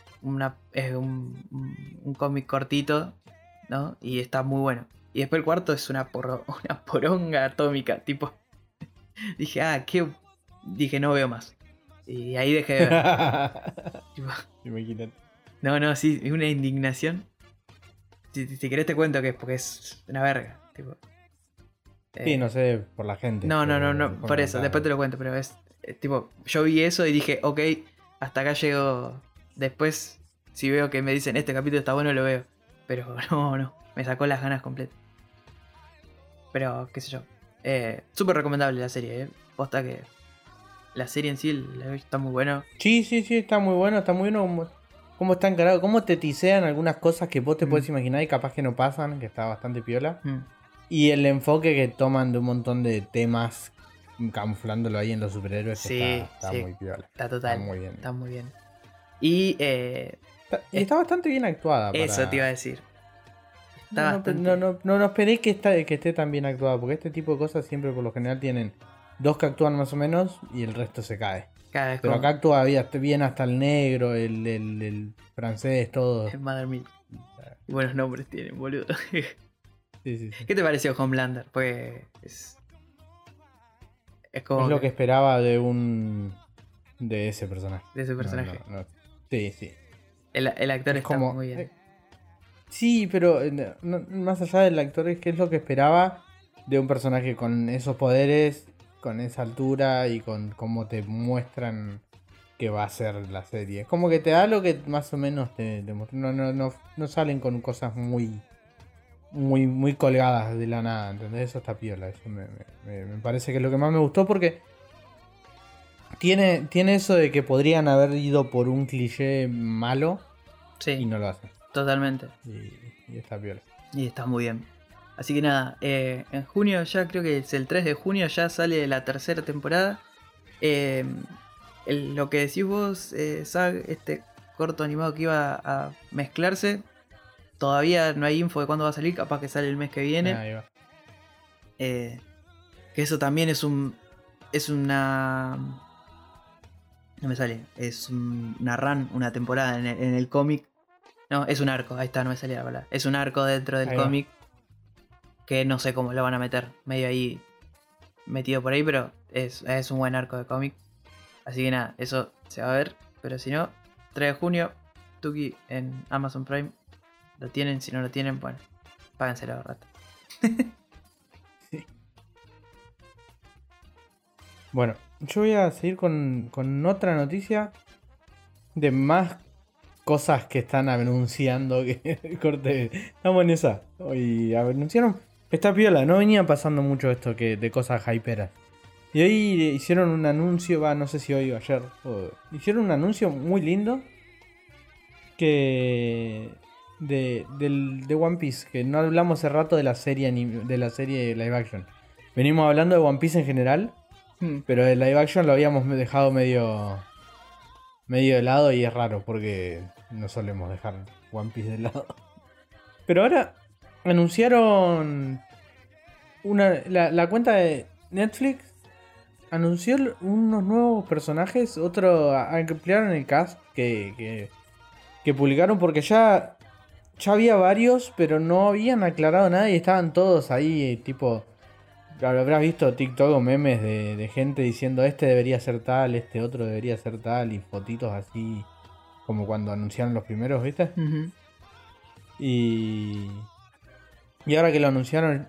un cómic cortito, ¿no? Y está muy bueno. Y después el cuarto es una poronga atómica, tipo. Dije, dije, no veo más. Y ahí dejé de ver. Tipo, Imagínate. no, sí, es una indignación. Si querés te cuento que es porque es una verga. Tipo, Sí, no sé, por la gente. no, pero por eso, después te lo cuento, pero es tipo, yo vi eso y dije, ok, hasta acá llego. Después, si veo que me dicen este capítulo está bueno, lo veo. Pero no, me sacó las ganas completas. Pero, qué sé yo. Súper recomendable la serie, Posta que la serie en sí está muy buena. Sí, está muy bueno cómo está encarado, cómo te tisean algunas cosas que vos te puedes imaginar y capaz que no pasan, que está bastante piola. Y el enfoque que toman de un montón de temas camuflándolo ahí en los superhéroes, que está muy piola. Está total. Está muy bien. Está muy bien. Y está bastante bien actuada. Eso te iba a decir. No esperé que esté tan bien actuada, porque este tipo de cosas siempre por lo general tienen dos que actúan más o menos y el resto se cae. Pero acá actúa bien hasta el negro, el francés, todo. Es Mother Milk. Buenos nombres tienen, boludo. Sí. ¿Qué te pareció Homelander? Pues es como es lo que esperaba de ese personaje. De ese personaje. Sí. El actor está como, muy bien. Sí, pero más allá del actor, es que es lo que esperaba de un personaje con esos poderes, con esa altura y con cómo te muestran que va a ser la serie. Es como que te da lo que más o menos te muestran. No salen con cosas muy colgadas de la nada, ¿entendés? Eso está piola. Eso me parece que es lo que más me gustó porque Tiene eso de que podrían haber ido por un cliché malo y Sí, no lo hacen. totalmente. Y está piola. Y está muy bien. Así que nada, en junio ya creo que es el 3 de junio ya sale la tercera temporada. Eh, lo que decís vos, Zag, este corto animado que iba a mezclarse, todavía no hay info de cuándo va a salir, capaz que sale el mes que viene. Ahí va. Que eso también es una... No me sale, es una run, una temporada en el cómic. No, es un arco, ahí está, no me salía la palabra. Es un arco dentro del Ahí va. cómic que no sé cómo lo van a meter, medio ahí metido por ahí, pero es un buen arco de cómic. Así que nada, eso se va a ver, pero si no, 3 de junio, Tuki en Amazon Prime. Lo tienen, si no lo tienen, bueno, páganselo de rato. Bueno, yo voy a seguir con otra noticia de más cosas que están anunciando. Que corte, estamos en esa. Hoy anunciaron. Está piola, no venía pasando mucho esto de cosas hyperas. Y hoy hicieron un anuncio, no sé si hoy o ayer. Hicieron un anuncio muy lindo. Que. De One Piece. Que no hablamos hace rato de la serie live action. Venimos hablando de One Piece en general. Pero el live action lo habíamos dejado medio de lado y es raro porque no solemos dejar One Piece de lado. Pero ahora anunciaron la cuenta de Netflix anunció unos nuevos personajes, ampliaron el cast que publicaron porque ya había varios, pero no habían aclarado nada y estaban todos ahí tipo... Habrás visto TikTok o memes de gente diciendo este debería ser tal, este otro debería ser tal, y fotitos así como cuando anunciaron los primeros, ¿viste? Uh-huh. Y ahora que lo anunciaron,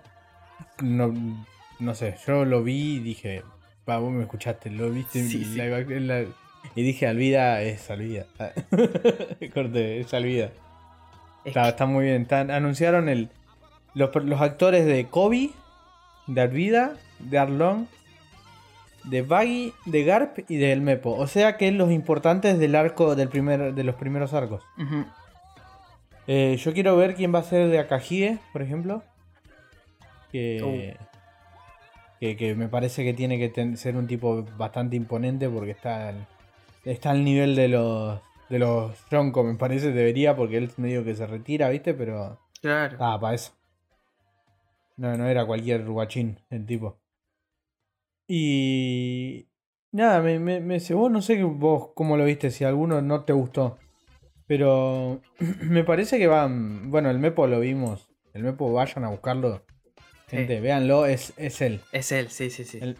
no sé, yo lo vi y dije, vos me escuchaste, lo viste Sí, sí. y dije, Alvida es Alvida. Corte, es Alvida. Está muy bien. Anunciaron los actores de Kobe, de Arvida, de Arlong, de Baggy, de Garp y de El Mepo. O sea que los importantes del arco de los primeros arcos. Uh-huh. Yo quiero ver quién va a ser de Akahige, por ejemplo. Que me parece que tiene que ser un tipo bastante imponente porque está al nivel de los Yonko, me parece, debería, porque él medio que se retira, ¿viste? Pero Claro. para eso. No era cualquier guachín el tipo. Y nada, vos no sé vos cómo lo viste, si alguno no te gustó. Pero me parece que van... Bueno, el Mepo lo vimos. El Mepo, vayan a buscarlo. Gente, véanlo, es él. Es él, sí.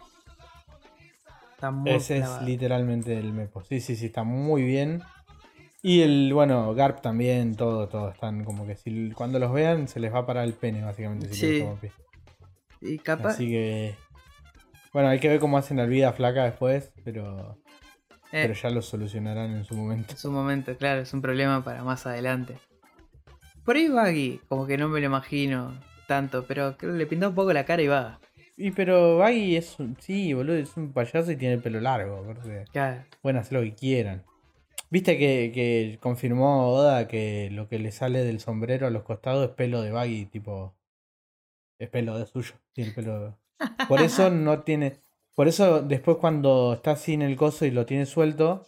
Está muy Ese clavado. es literalmente el Mepo. Sí, está muy bien. Y Garp también, todo. Están como que cuando los vean se les va a parar el pene, básicamente. Si les gusta One Piece. Y capaz... Así que... Bueno, hay que ver cómo hacen la vida flaca después, pero ya lo solucionarán en su momento. En su momento, claro, es un problema para más adelante. Por ahí Baggy, como que no me lo imagino tanto, pero creo que le pintó un poco la cara y va. Pero Baggy sí, boludo, es un payaso y tiene el pelo largo. Claro. Pueden hacer lo que quieran. ¿Viste que confirmó Oda que lo que le sale del sombrero a los costados es pelo de Baggy, tipo... Es pelo de suyo. Tiene el pelo... Por eso no tiene... Por eso después cuando está sin el coso y lo tiene suelto,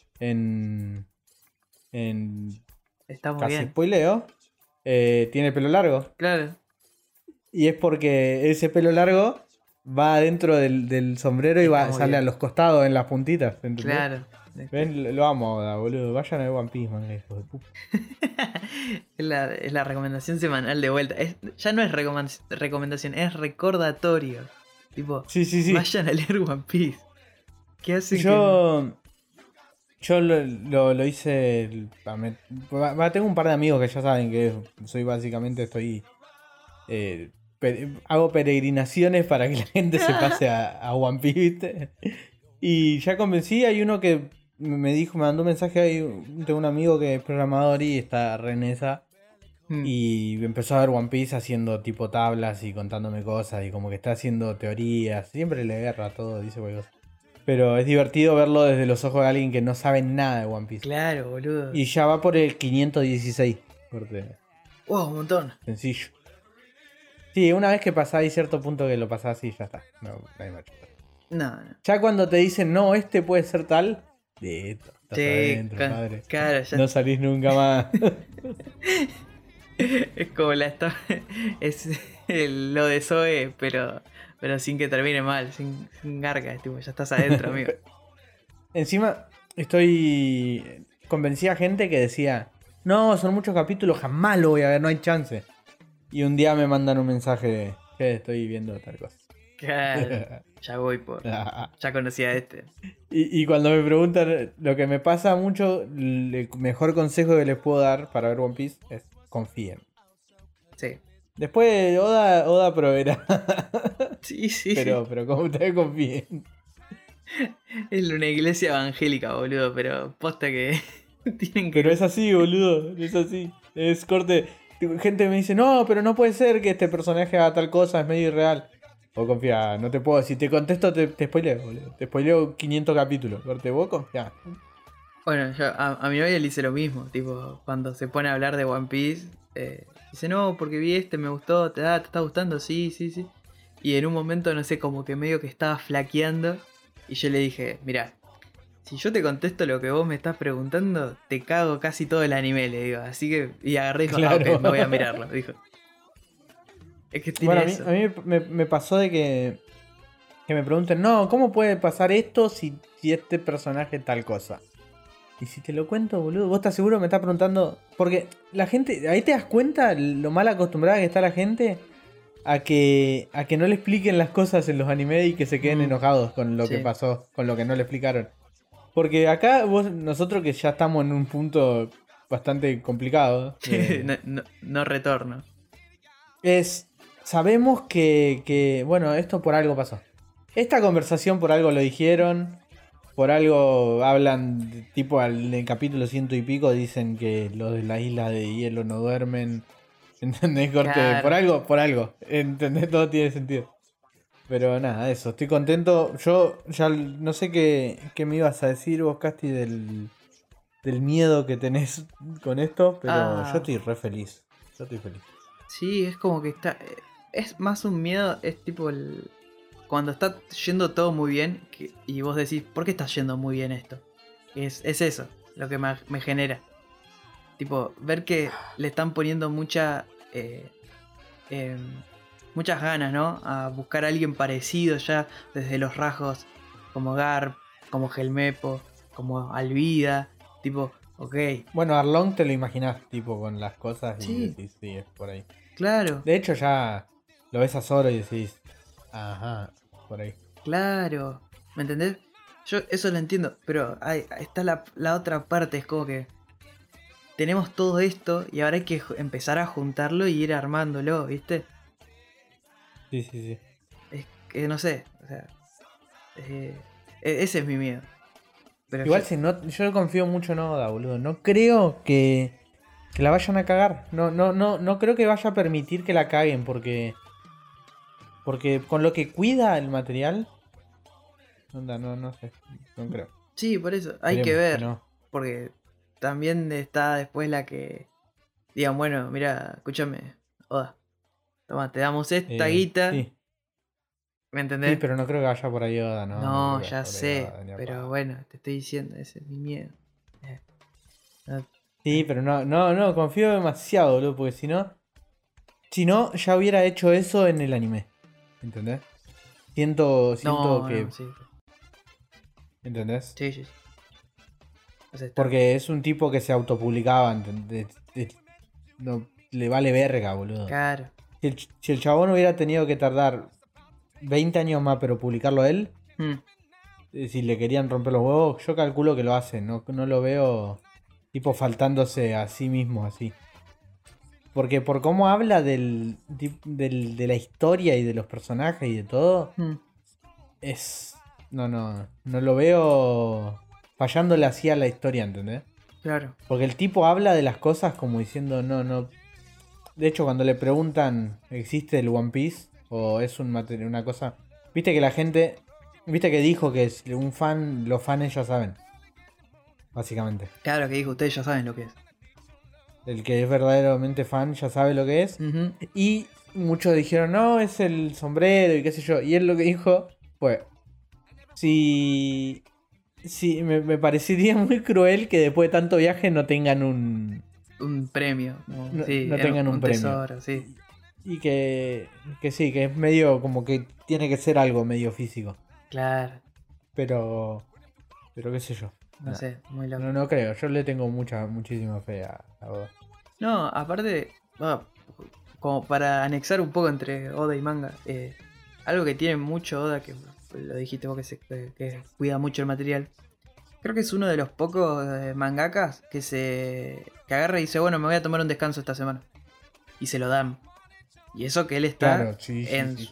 Está muy casi bien. spoileo, tiene el pelo largo. Claro. Y es porque ese pelo largo va dentro del sombrero y sale bien. a los costados en las puntitas. ¿Entendés? Claro. ¿Ven? Lo amo, boludo. Vayan a ver One Piece, man, hijos de puta. es la recomendación semanal de vuelta. Ya no es recomendación, es recordatorio. Tipo, Sí. vayan a leer One Piece. ¿Qué hacen? Yo lo hice. Tengo un par de amigos que ya saben que soy básicamente estoy. Hago peregrinaciones para que la gente se pase a One Piece, ¿viste? Y ya convencí, hay uno que me mandó un mensaje, tengo un amigo que es programador y está re en esa. Y empezó a ver One Piece haciendo tipo tablas y contándome cosas y como que está haciendo teorías. Siempre le agarra todo, dice cualquier cosa. Pero es divertido verlo desde los ojos de alguien que no sabe nada de One Piece. Claro, boludo. Y ya va por el 516. Corte. Wow, un montón. Sencillo. Sí, una vez que pasáis cierto punto que lo pasás y ya está. No hay más. No. Ya cuando te dicen, no, este puede ser tal, listo, estás Sí, adentro, padre. claro, ya No salís nunca más. es como es lo de Zoe, pero sin que termine mal, sin garga, tipo, ya estás adentro, amigo. Encima, convencí a gente que decía, no, son muchos capítulos, jamás lo voy a ver, no hay chance. Y un día me mandan un mensaje de que estoy viendo tal cosa. Claro, ya voy por. Ya conocía a este. Y cuando me preguntan, lo que me pasa mucho, el mejor consejo que les puedo dar para ver One Piece es confíen. Sí. Después Oda proveerá. Sí. Pero como ustedes confíen. Es una iglesia evangélica, boludo, pero posta que tienen que. Pero es así, boludo. Es así. Es corte. Gente me dice, no, pero no puede ser que este personaje haga tal cosa, es medio irreal. Vos confía, no te puedo. Si te contesto, te spoileo, boludo. Te spoileo 500 capítulos. Corte, vos confía. Bueno, yo a mi novia le hice lo mismo. Tipo, cuando se pone a hablar de One Piece, dice, no, porque vi me gustó, ¿te está gustando? Sí. Y en un momento, no sé, como que medio que estaba flaqueando. Y yo le dije, mirá, si yo te contesto lo que vos me estás preguntando, te cago casi todo el anime, le digo. Así que, y agarré y dijo, Claro. ok, me voy a mirarlo, dijo. Es que tiene Bueno, eso. a mí me pasó de que me pregunten, no, ¿cómo puede pasar esto si este personaje tal cosa? Y si te lo cuento, boludo, ¿vos estás seguro? Me estás preguntando. Porque la gente, ahí te das cuenta lo mal acostumbrada que está la gente a que no le expliquen las cosas en los animes y que se queden enojados con lo que pasó, con lo que no le explicaron. Porque acá nosotros que ya estamos en un punto bastante complicado. No retorno. Sabemos que, bueno, esto por algo pasó. Esta conversación por algo lo dijeron. Por algo hablan, tipo en el capítulo 100 y pico, dicen que los de la isla de hielo no duermen. ¿Entendés? Corte, claro. Por algo. ¿Entendés? Todo tiene sentido. Pero nada, eso. Estoy contento. Yo ya no sé qué me ibas a decir vos, Casti, del miedo que tenés con esto. Pero yo estoy re feliz. Yo estoy feliz. Sí, es como que está... Es más un miedo, es tipo cuando está yendo todo muy bien y vos decís, ¿por qué está yendo muy bien esto? Es eso lo que me genera. Tipo, ver que le están poniendo muchas ganas, ¿no? A buscar a alguien parecido ya desde los rasgos, como Garp, como Helmepo, como Alvida, tipo, ok. Bueno, Arlong te lo imaginás, tipo, con las cosas y decís, sí, es por ahí. Claro. De hecho ya lo ves a Zoro y decís, ajá, por ahí. Claro, ¿me entendés? Yo eso lo entiendo, pero ahí está la otra parte, es como que tenemos todo esto y ahora hay que empezar a juntarlo y ir armándolo, ¿viste? Sí. Es que no sé, o sea, ese es mi miedo. Pero igual yo confío mucho en Oda, boludo. No creo que la vayan a cagar. No creo que vaya a permitir que la caguen porque con lo que cuida el material, no sé, no creo. Sí, por eso, hay que ver, porque también está después la que digan, bueno, mira, escúchame, Oda, toma, te damos esta guita, sí. ¿Me entendés? Sí, pero no creo que vaya por ahí Oda, ¿no? No, ya sé, pero bueno, te estoy diciendo, ese es mi miedo. Sí, pero no, confío demasiado, boludo, porque si no, ya hubiera hecho eso en el anime. ¿Entendés? Siento que... No, sí. ¿Entendés? Sí. O sea, porque es un tipo que se autopublicaba, ¿entendés? No, le vale verga, boludo. Claro. Si el chabón hubiera tenido que tardar 20 años más, pero publicarlo él, si le querían romper los huevos, yo calculo que lo hacen. No lo veo tipo faltándose a sí mismo así. Porque por cómo habla de la historia y de los personajes y de todo, es... No lo veo fallándole así a la historia, ¿entendés? Claro. Porque el tipo habla de las cosas como diciendo, no. De hecho, cuando le preguntan, ¿existe el One Piece? O es una cosa... Viste que la gente Viste que dijo que es un fan, los fans ya saben. Básicamente. Claro que dijo, ustedes ya saben lo que es. El que es verdaderamente fan ya sabe lo que es. Ujú. Y muchos dijeron, no, es el sombrero y qué sé yo. Y él lo que dijo fue, si... Sí, me parecería muy cruel que después de tanto viaje no tengan un... Un premio. Como, No, sí, no tengan un premio. tesoro, sí. Y que sí, que es medio como que tiene que ser algo medio físico. Claro. Pero qué sé yo. No sé, muy loco. No creo, yo le tengo muchísima fe a Oda. No, aparte, como para anexar un poco entre Oda y manga, algo que tiene mucho Oda, que lo dijiste vos que cuida mucho el material. Creo que es uno de los pocos mangakas que agarra y dice, bueno, me voy a tomar un descanso esta semana. Y se lo dan. Y eso que él está Claro, sí.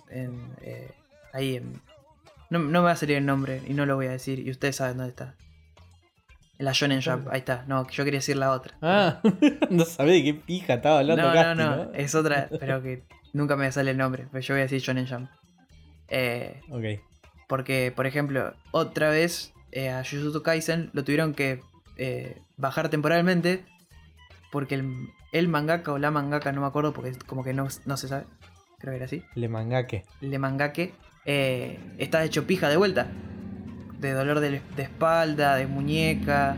ahí en... No me va a salir el nombre y no lo voy a decir. Y ustedes saben dónde está. En la Shonen Jump, ahí está. No, yo quería decir la otra. Ah, no sabía de qué pija estaba hablando Casti, ¿no? Es otra, pero que nunca me sale el nombre. Pero yo voy a decir Shonen Jump. Ok. Porque, por ejemplo, otra vez a Jujutsu Kaisen lo tuvieron que bajar temporalmente. Porque el mangaka o la mangaka, no me acuerdo, porque como que no se sabe. Creo que era así. Le mangake. El mangake está hecho pija de vuelta. De dolor de espalda, de muñeca.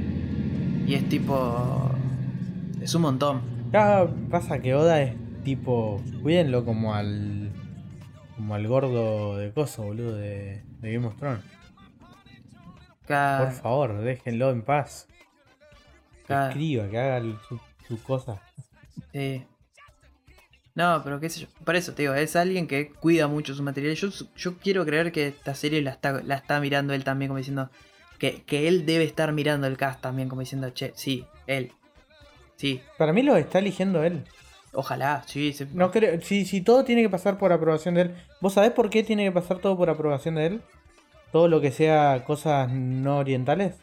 Y es tipo... Es un montón. Ah, pasa que Oda es tipo... Cuídenlo como al gordo de coso, boludo, de Game of Thrones. Por favor, déjenlo en paz. Que escriba, que haga sus cosas. Sí. No, pero qué sé yo. Por eso te digo, es alguien que cuida mucho su material. Yo quiero creer que esta serie la está mirando él también, como diciendo... Que él debe estar mirando el cast también, como diciendo, che, sí, él. Sí. Para mí lo está eligiendo él. Ojalá, sí. No creo, si todo tiene que pasar por aprobación de él. ¿Vos sabés por qué tiene que pasar todo por aprobación de él? Todo lo que sea cosas no orientales.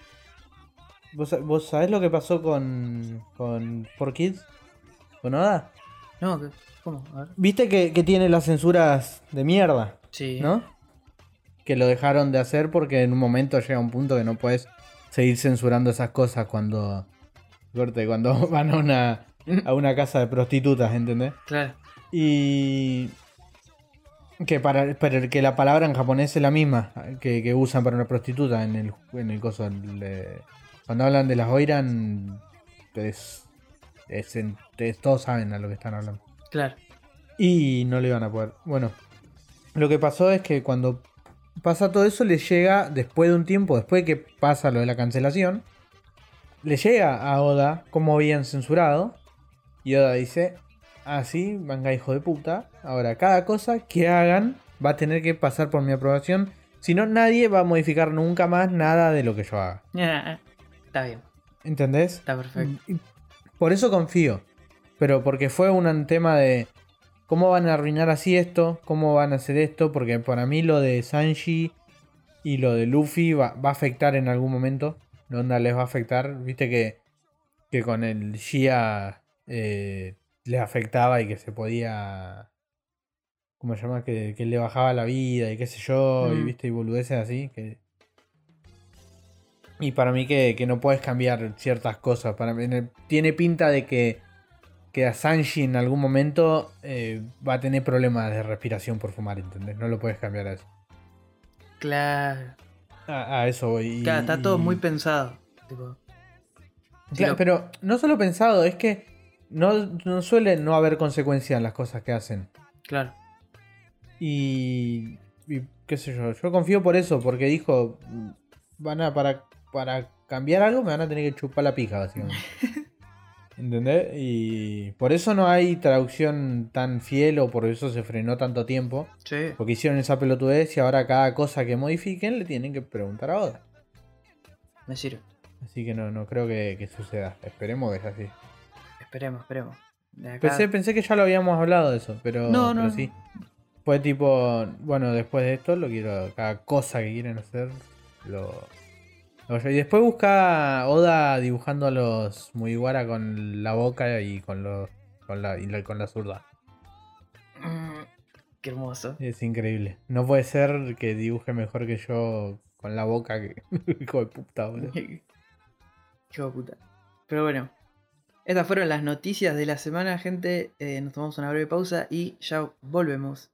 ¿Vos sabés lo que pasó con 4Kids? ¿Con Oda? No, ¿cómo? A ver. Viste que tiene las censuras de mierda, Sí. ¿no? Que lo dejaron de hacer porque en un momento llega un punto que no puedes seguir censurando esas cosas cuando van a una casa de prostitutas, ¿entendés? Claro. Y que para que la palabra en japonés es la misma que usan para una prostituta en el coso. Cuando hablan de las oiran, todos saben a lo que están hablando. Claro. Y no le iban a poder. Bueno, lo que pasó es que cuando pasa todo eso, les llega después de un tiempo, después de que pasa lo de la cancelación, le llega a Oda cómo habían censurado. Y Oda dice: ah, sí, manga hijo de puta. Ahora, cada cosa que hagan va a tener que pasar por mi aprobación. Si no, nadie va a modificar nunca más nada de lo que yo haga. Está bien. ¿Entendés? Está perfecto. Y por eso confío. Pero porque fue un tema de cómo van a arruinar así esto, cómo van a hacer esto. Porque para mí lo de Sanji y lo de Luffy va a afectar en algún momento. ¿Dónde les va a afectar? Viste que con el Gia les afectaba y que se podía... ¿Cómo se llama? Que le bajaba la vida y qué sé yo. Y viste, y boludeces así. Y para mí que no puedes cambiar ciertas cosas. Para mí, tiene pinta de que a Sanji en algún momento va a tener problemas de respiración por fumar, ¿entendés? No lo puedes cambiar a eso. Claro. A eso voy. Claro, está todo muy pensado. Tipo, Claro, pero no solo pensado, es que no suele no haber consecuencias en las cosas que hacen. Claro. Y qué sé yo confío por eso, porque dijo, para cambiar algo me van a tener que chupar la pija, básicamente. ¿Entendés? Y por eso no hay traducción tan fiel o por eso se frenó tanto tiempo. Sí. Porque hicieron esa pelotudez y ahora cada cosa que modifiquen le tienen que preguntar a Oda. Me sirve. Así que no creo que suceda. Esperemos que sea así. Esperemos. De acá... Pensé que ya lo habíamos hablado de eso, pero sí. Fue tipo, bueno, después de esto cada cosa que quieren hacer lo y después busca Oda dibujando a los Mugiwara con la boca y con la zurda. Qué hermoso. Es increíble. No puede ser que dibuje mejor que yo con la boca que hijo de puta, boludo. Qué hijo de puta. Pero bueno, estas fueron las noticias de la semana, gente. Nos tomamos una breve pausa y ya volvemos.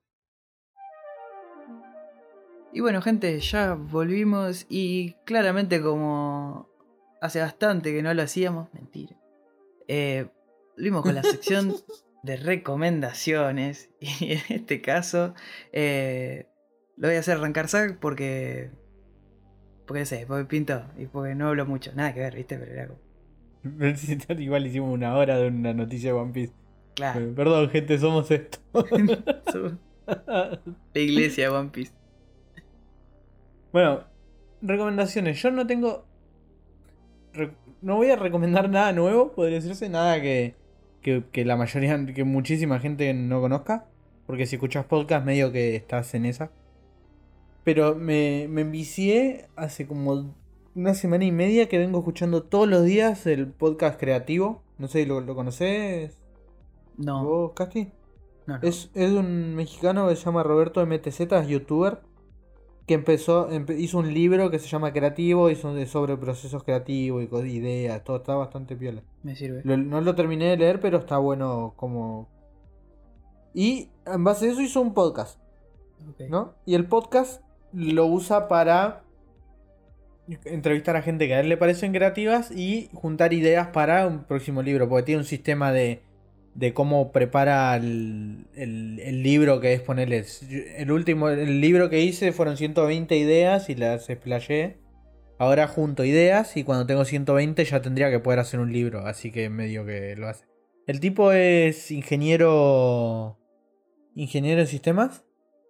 Y bueno, gente, ya volvimos y claramente como hace bastante que no lo hacíamos, mentira. Volvimos con la sección de recomendaciones y en este caso lo voy a hacer arrancar Zack porque no sé, porque pintó y porque no hablo mucho, nada que ver, ¿viste? Pero era como, Igual hicimos una hora de una noticia de One Piece. claro, Perdón, gente, somos esto. somos la iglesia de One Piece. Bueno, recomendaciones. Yo no tengo. No voy a recomendar nada nuevo, podría decirse, nada que la mayoría, que muchísima gente no conozca. Porque si escuchas podcast, medio que estás en esa. Pero me envicié hace como una semana y media que vengo escuchando todos los días el podcast creativo. No sé, ¿lo conoces? No, ¿Vos, Casti? no. Es un mexicano que se llama Roberto MTZ, es youtuber. Que hizo un libro que se llama Creativo y son sobre procesos creativos y ideas, todo está bastante piola. Me sirve. No lo terminé de leer, pero está bueno como... Y en base a eso hizo un podcast, Okay. ¿no? Y el podcast lo usa para entrevistar a gente que a él le parecen creativas y juntar ideas para un próximo libro, porque tiene un sistema de cómo prepara el libro, que es ponerle... El libro que hice fueron 120 ideas y las explayé. Ahora junto ideas y cuando tengo 120 ya tendría que poder hacer un libro, así que medio que lo hace. El tipo es ingeniero en sistemas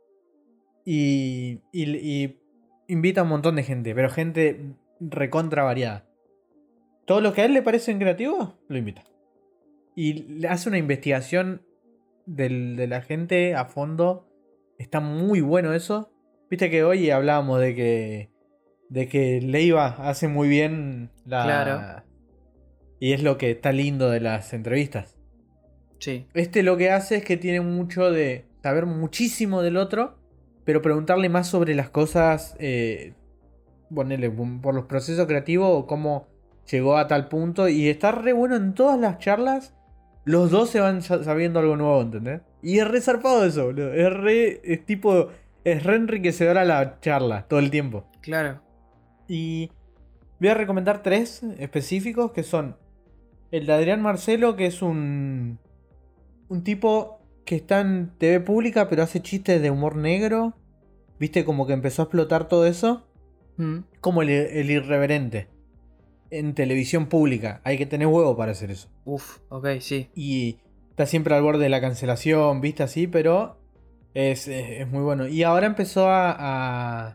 y invita a un montón de gente, pero gente recontra variada. Todo lo que a él le parecen creativos, lo invita. Y le hace una investigación de la gente a fondo. Está muy bueno eso. Viste que hoy hablábamos de que Leiva hace muy bien Claro, y es lo que está lindo de las entrevistas. sí. Este lo que hace es que tiene mucho de saber muchísimo del otro, pero preguntarle más sobre las cosas, ponerle por los procesos creativos o cómo llegó a tal punto. Y está re bueno en todas las charlas. Los dos se van sabiendo algo nuevo, ¿entendés? Y es re zarpado eso, boludo. Es re enriquecedora la charla todo el tiempo. Claro. Y voy a recomendar 3 específicos que son el de Adrián Marcelo, que es un tipo que está en TV pública pero hace chistes de humor negro. ¿Viste? Como que empezó a explotar todo eso. Mm. Como el irreverente. En televisión pública. Hay que tener huevo para hacer eso. Uf, ok, sí. Y está siempre al borde de la cancelación, ¿viste? Así, pero es muy bueno. Y ahora empezó a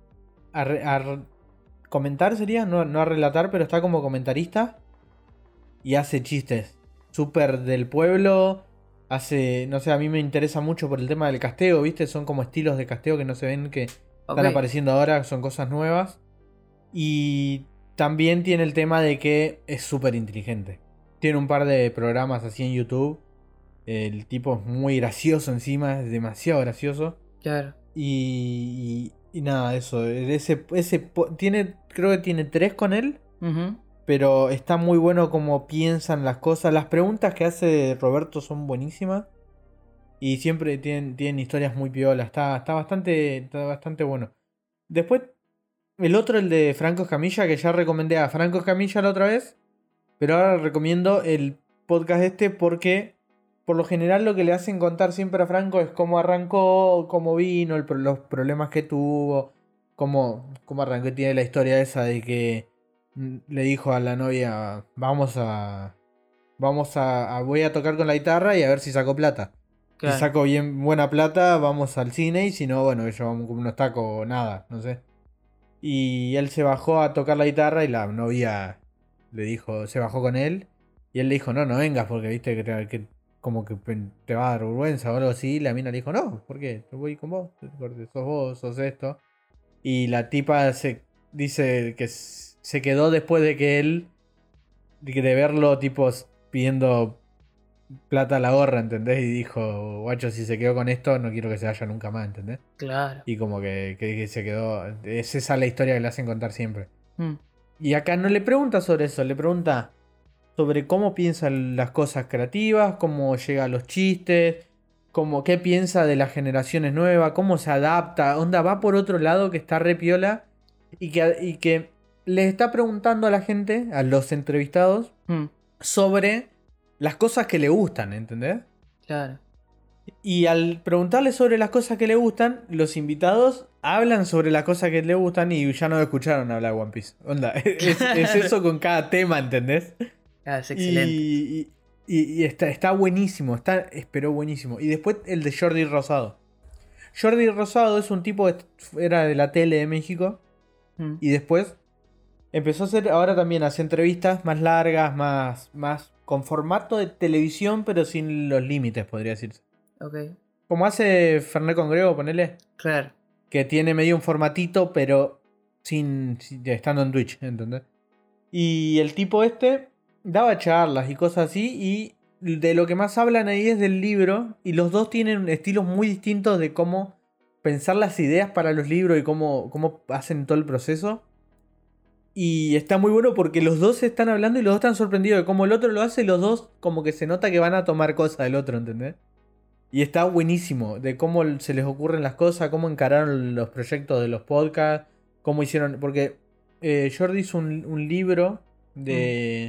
comentar, sería, no a relatar, pero está como comentarista. Y hace chistes súper del pueblo. Hace, no sé, a mí me interesa mucho por el tema del casteo, ¿viste? Son como estilos de casteo que no se ven, que están Ok. apareciendo ahora, son cosas nuevas. Y también tiene el tema de que es súper inteligente. Tiene un par de programas así en YouTube. El tipo es muy gracioso encima, es demasiado gracioso. Claro. Y nada, eso. Creo que tiene 3 con él. Ujú. Pero está muy bueno como piensan las cosas. Las preguntas que hace Roberto son buenísimas. Y siempre tienen historias muy piolas. Está bastante bueno. Después, el otro, el de Franco Escamilla, que ya recomendé a Franco Escamilla la otra vez. Pero ahora recomiendo el podcast este porque, por lo general, lo que le hacen contar siempre a Franco es cómo arrancó, cómo vino, los problemas que tuvo, cómo arrancó. Tiene la historia esa de que le dijo a la novia, voy a tocar con la guitarra y a ver si saco plata. Si Claro. saco bien buena plata, vamos al cine, y si no, bueno, yo vamos con unos tacos, nada, no sé. Y él se bajó a tocar la guitarra y la novia le dijo, se bajó con él. Y él le dijo, no vengas porque viste que como que te va a dar vergüenza o algo así. Y la mina le dijo, no, ¿por qué? Yo voy con vos, porque sos vos, sos esto. Y la tipa dice que se quedó después de que él, de verlo tipo pidiendo plata a la gorra, ¿entendés? Y dijo, guacho, si se quedó con esto, no quiero que se vaya nunca más, ¿entendés? Claro. Y como que se quedó. Es esa la historia que le hacen contar siempre. Mm, Y acá no le pregunta sobre eso, le pregunta sobre cómo piensa las cosas creativas, cómo llega a los chistes, cómo, qué piensa de las generaciones nuevas, cómo se adapta. Onda, va por otro lado que está re piola y que les está preguntando a la gente, a los entrevistados, mm, sobre las cosas que le gustan, ¿entendés? claro. Y al preguntarle sobre las cosas que le gustan, los invitados hablan sobre las cosas que le gustan y ya no escucharon hablar de One Piece. Onda, es eso con cada tema, ¿entendés? Ah, es excelente. Y está buenísimo, pero buenísimo. Y después el de Jordi Rosado. Jordi Rosado es un tipo que era de la tele de México Mm, y después empezó a hacer, ahora también hace entrevistas más largas, más con formato de televisión, pero sin los límites, podría decirse. ok. Como hace Fernet con Grego, ponele. Claro. Que tiene medio un formatito, pero estando en Twitch, ¿entendés? Y el tipo este daba charlas y cosas así. Y de lo que más hablan ahí es del libro. Y los dos tienen estilos muy distintos de cómo pensar las ideas para los libros y cómo hacen todo el proceso. Y está muy bueno porque los dos están hablando y los dos están sorprendidos de cómo el otro lo hace. Y los dos como que se nota que van a tomar cosas del otro, ¿entendés? Y está buenísimo de cómo se les ocurren las cosas, cómo encararon los proyectos de los podcasts, cómo hicieron. Porque Jordi hizo un libro Mm, de.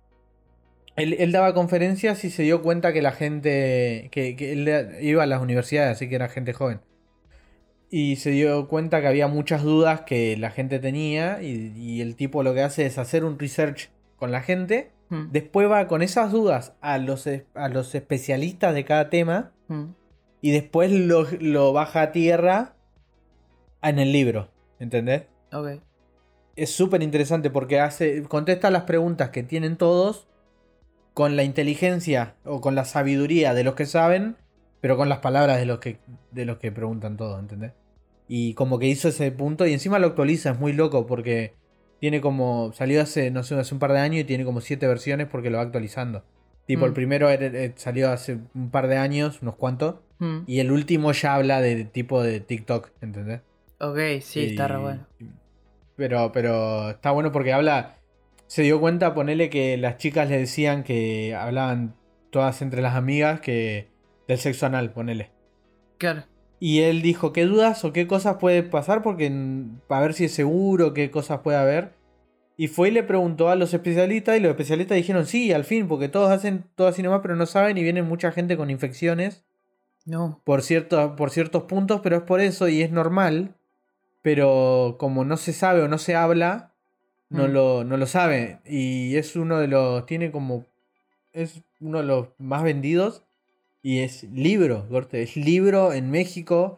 Él daba conferencias y se dio cuenta que la gente. Que él iba a las universidades, así que era gente joven. Y se dio cuenta que había muchas dudas que la gente tenía. Y el tipo lo que hace es hacer un research con la gente. mm, Después va con esas dudas a los especialistas de cada tema mm, y después lo baja a tierra en el libro, ¿entendés? ok. Es súper interesante porque contesta las preguntas que tienen todos con la inteligencia o con la sabiduría de los que saben, pero con las palabras de los que preguntan todo, ¿entendés? Y como que hizo ese punto y encima lo actualiza, es muy loco porque tiene como, salió hace, no sé, hace un par de años y tiene como 7 versiones porque lo va actualizando. Tipo, el Mm, primero salió hace un par de años, unos cuantos, mm, y el último ya habla de tipo de TikTok, ¿entendés? ok, sí, está re Y, bueno. pero está bueno porque habla. Se dio cuenta, ponele que las chicas le decían que hablaban todas entre las amigas que del sexo anal, ponele. Claro. Y él dijo, ¿qué dudas o qué cosas puede pasar? Porque para ver si es seguro, qué cosas puede haber. Y fue y le preguntó a los especialistas y los especialistas dijeron, sí, al fin, porque todos hacen todo así nomás, pero no saben y viene mucha gente con infecciones No. por ciertos puntos, pero es por eso y es normal. Pero como no se sabe o no se habla, Mm, no lo sabe. Y es uno de los. Tiene como. Es uno de los más vendidos. Y es libro, Gorte. Es libro en México.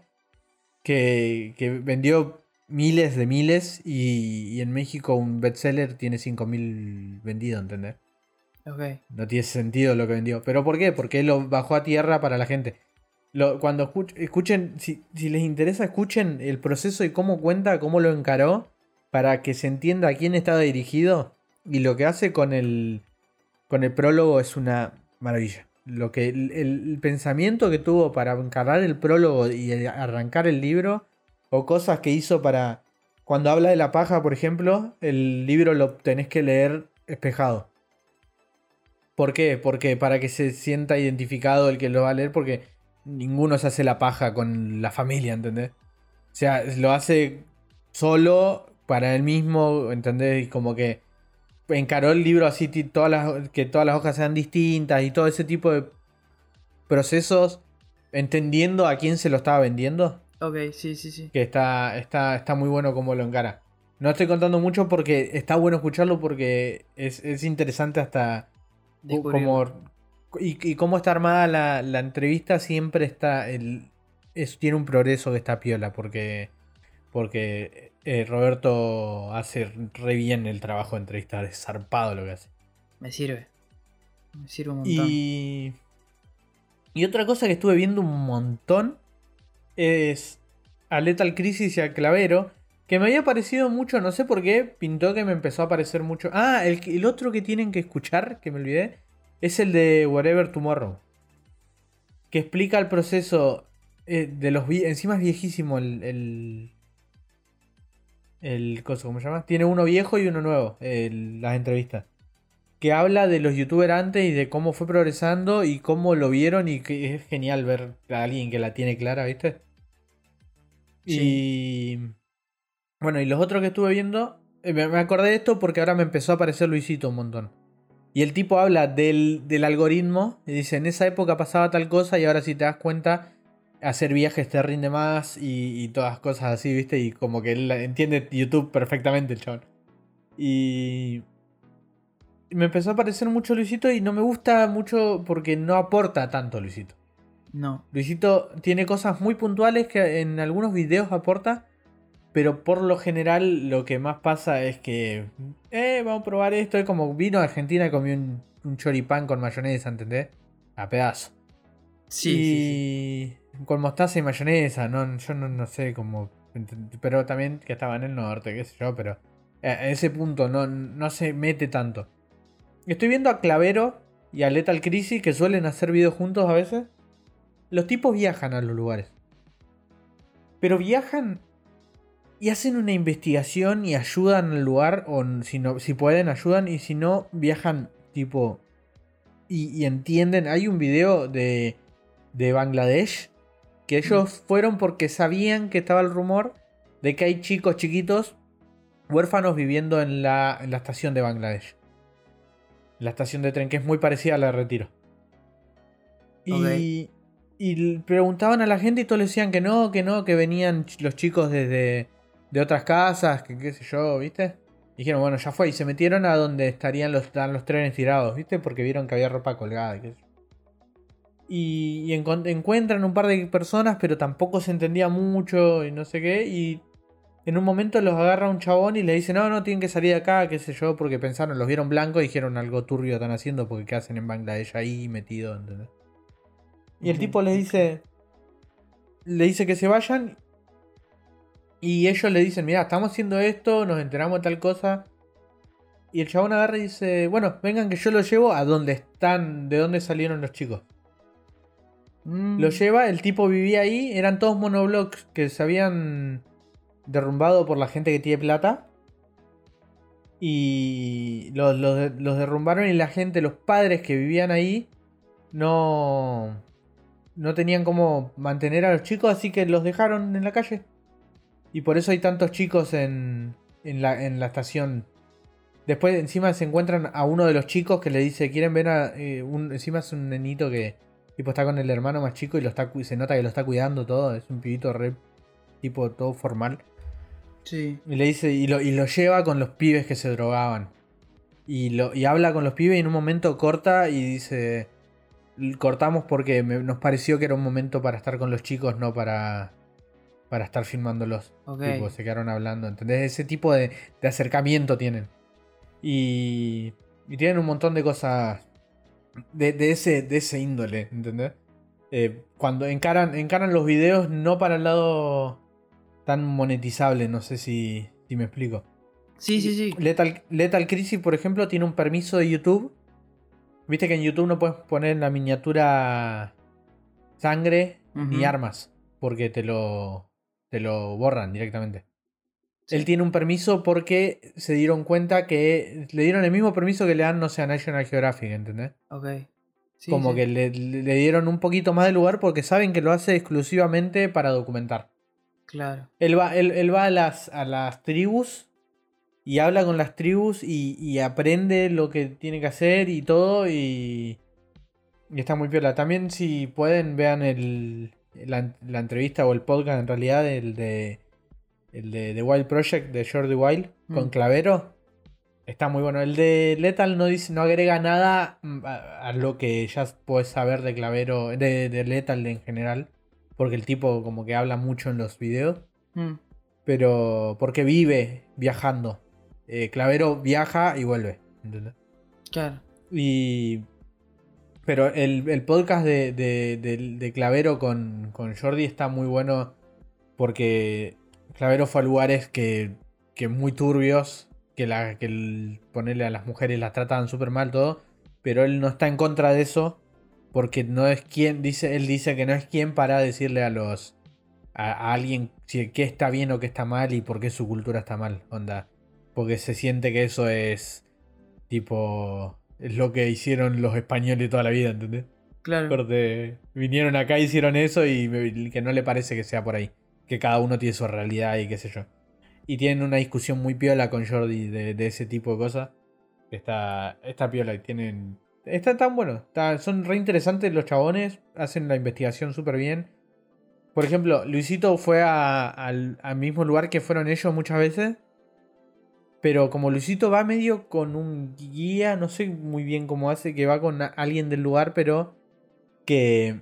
Que vendió miles de miles. Y en México un bestseller tiene 5.000 vendidos, ¿entendés? ok. No tiene sentido lo que vendió. ¿Pero por qué? Porque él lo bajó a tierra para la gente. Cuando escuchen, si les interesa, escuchen el proceso y cómo cuenta, cómo lo encaró, para que se entienda a quién estaba dirigido. Y lo que hace con el prólogo es una maravilla. El pensamiento que tuvo para encarar el prólogo y arrancar el libro, o cosas que hizo para. Cuando habla de la paja, por ejemplo, el libro lo tenés que leer espejado. ¿Por qué? Porque para que se sienta identificado el que lo va a leer, porque ninguno se hace la paja con la familia, ¿entendés? O sea, lo hace solo para él mismo, ¿entendés? Y como que encaró el libro así, que todas las hojas sean distintas y todo ese tipo de procesos, entendiendo a quién se lo estaba vendiendo, Ok, sí, sí, sí. que está muy bueno como lo encara. No estoy contando mucho porque está bueno escucharlo porque es interesante hasta Descubrirlo. como y cómo está armada la entrevista siempre está tiene un progreso que está piola porque Roberto hace re bien el trabajo de entrevistar, es zarpado lo que hace. Me sirve. Me sirve un montón. Y otra cosa que estuve viendo un montón es a Lethal Crisis y a Clavero, que me había parecido mucho, no sé por qué, pintó que me empezó a parecer mucho. Ah, el otro que tienen que escuchar, que me olvidé, Es el de Whatever Tomorrow. Que explica el proceso de los... Encima es viejísimo el coso, ¿cómo se llama? Tiene uno viejo y uno nuevo, las entrevistas. Que habla de los youtubers antes y de cómo fue progresando y cómo lo vieron y que es genial ver a alguien que la tiene clara, ¿viste? Sí. Y... Bueno, y los otros que estuve viendo, me acordé de esto porque ahora me empezó a aparecer Luisito un montón. Y el tipo habla del algoritmo y dice, en esa época pasaba tal cosa y ahora si te das cuenta, hacer viajes te rinde más y todas cosas así, ¿viste? Y como que él entiende YouTube perfectamente, el chabón. Y me empezó a aparecer mucho Luisito y no me gusta mucho porque no aporta tanto Luisito. No. Luisito tiene cosas muy puntuales que en algunos videos aporta, pero por lo general lo que más pasa es que vamos a probar esto. Es como vino a Argentina y comió un choripán con mayonesa, ¿entendés? A pedazo. Sí, sí, sí. Y con mostaza y mayonesa, no, yo no sé cómo. Pero también que estaba en el norte, qué sé yo, pero a ese punto no se mete tanto. Estoy viendo a Clavero y a Lethal Crisis que suelen hacer videos juntos a veces. Los tipos viajan a los lugares. Pero viajan y hacen una investigación y ayudan al lugar. O si, no, si pueden, ayudan. Y si no, viajan tipo. Y entienden. Hay un video de Bangladesh. Que ellos fueron porque sabían que estaba el rumor de que hay chicos chiquitos huérfanos viviendo en la estación de Bangladesh. La estación de tren que es muy parecida a la de Retiro. Ok. Y preguntaban a la gente y todos le decían que no, que venían los chicos desde de otras casas, que qué sé yo, ¿viste? Y dijeron, bueno, ya fue. Y se metieron a donde estarían están los trenes tirados, ¿viste? Porque vieron que había ropa colgada. Qué sé yo. Y encuentran un par de personas, pero tampoco se entendía mucho y no sé qué. Y en un momento los agarra un chabón y le dice, no, tienen que salir de acá, qué sé yo, porque pensaron, los vieron blancos y dijeron algo turbio están haciendo porque qué hacen en Bangladesh ahí metido, ¿entendés? Y el tipo le dice que se vayan y ellos le dicen, mira, estamos haciendo esto, nos enteramos de tal cosa. Y el chabón agarra y dice, bueno, vengan que yo los llevo a donde están, de donde salieron los chicos. Lo Mm, lleva, el tipo vivía ahí, eran todos monoblocks que se habían derrumbado por la gente que tiene plata. Y los derrumbaron y la gente, los padres que vivían ahí, no tenían cómo mantener a los chicos, así que los dejaron en la calle. Y por eso hay tantos chicos en la estación. Después encima se encuentran a uno de los chicos que le dice, ¿quieren ver a...? Encima es un nenito que tipo está con el hermano más chico y se nota que lo está cuidando todo. Es un pibito re tipo todo formal. sí. Y le dice, y lo lleva con los pibes que se drogaban. Y habla con los pibes y en un momento corta y dice... Cortamos porque nos pareció que era un momento para estar con los chicos, no para estar filmándolos. Tipo, Ok. se quedaron hablando, ¿entendés? Ese tipo de acercamiento tienen. Y tienen un montón de cosas de ese índole, ¿entendés? Cuando encaran los videos no para el lado tan monetizable, no sé si me explico. Sí, sí, sí. Lethal Crisis, por ejemplo, tiene un permiso de YouTube. Viste que en YouTube no puedes poner en la miniatura sangre ni Ujú. armas, porque te lo borran directamente. Él Sí. tiene un permiso porque se dieron cuenta que le dieron el mismo permiso que le dan, no sé, a National Geographic, ¿entendés? Ok. Sí, Como sí. que le dieron un poquito más de lugar porque saben que lo hace exclusivamente para documentar. Claro. Él va a las tribus y habla con las tribus y aprende lo que tiene que hacer y todo y está muy piola. También si pueden vean la entrevista o el podcast en realidad el de The Wild Project de Jordi Wild con Mm, Clavero. Está muy bueno. El de Lethal no dice, no agrega nada a lo que ya puedes saber de Clavero, de Lethal en general. Porque el tipo como que habla mucho en los videos. mm, Pero porque vive viajando. Clavero viaja y vuelve. ¿Entendés? claro. Y pero el podcast de Clavero con Jordi está muy bueno porque Clavero fue a lugares que muy turbios, que ponerle a las mujeres las trataban súper mal todo. pero él no está en contra de eso porque no es quien, él dice que no es quien para decirle a alguien qué está bien o qué está mal y por qué su cultura está mal, onda. Porque se siente que eso es tipo, es lo que hicieron los españoles toda la vida, ¿entendés? Claro. Porque vinieron acá, hicieron eso y que no le parece que sea por ahí. Que cada uno tiene su realidad y qué sé yo. Y tienen una discusión muy piola con Jordi de ese tipo de cosas. Está piola y tienen... Está tan bueno. Son re interesantes los chabones. Hacen la investigación súper bien. Por ejemplo, Luisito fue al mismo lugar que fueron ellos muchas veces. Pero como Luisito va medio con un guía, no sé muy bien cómo hace, que va con alguien del lugar, pero que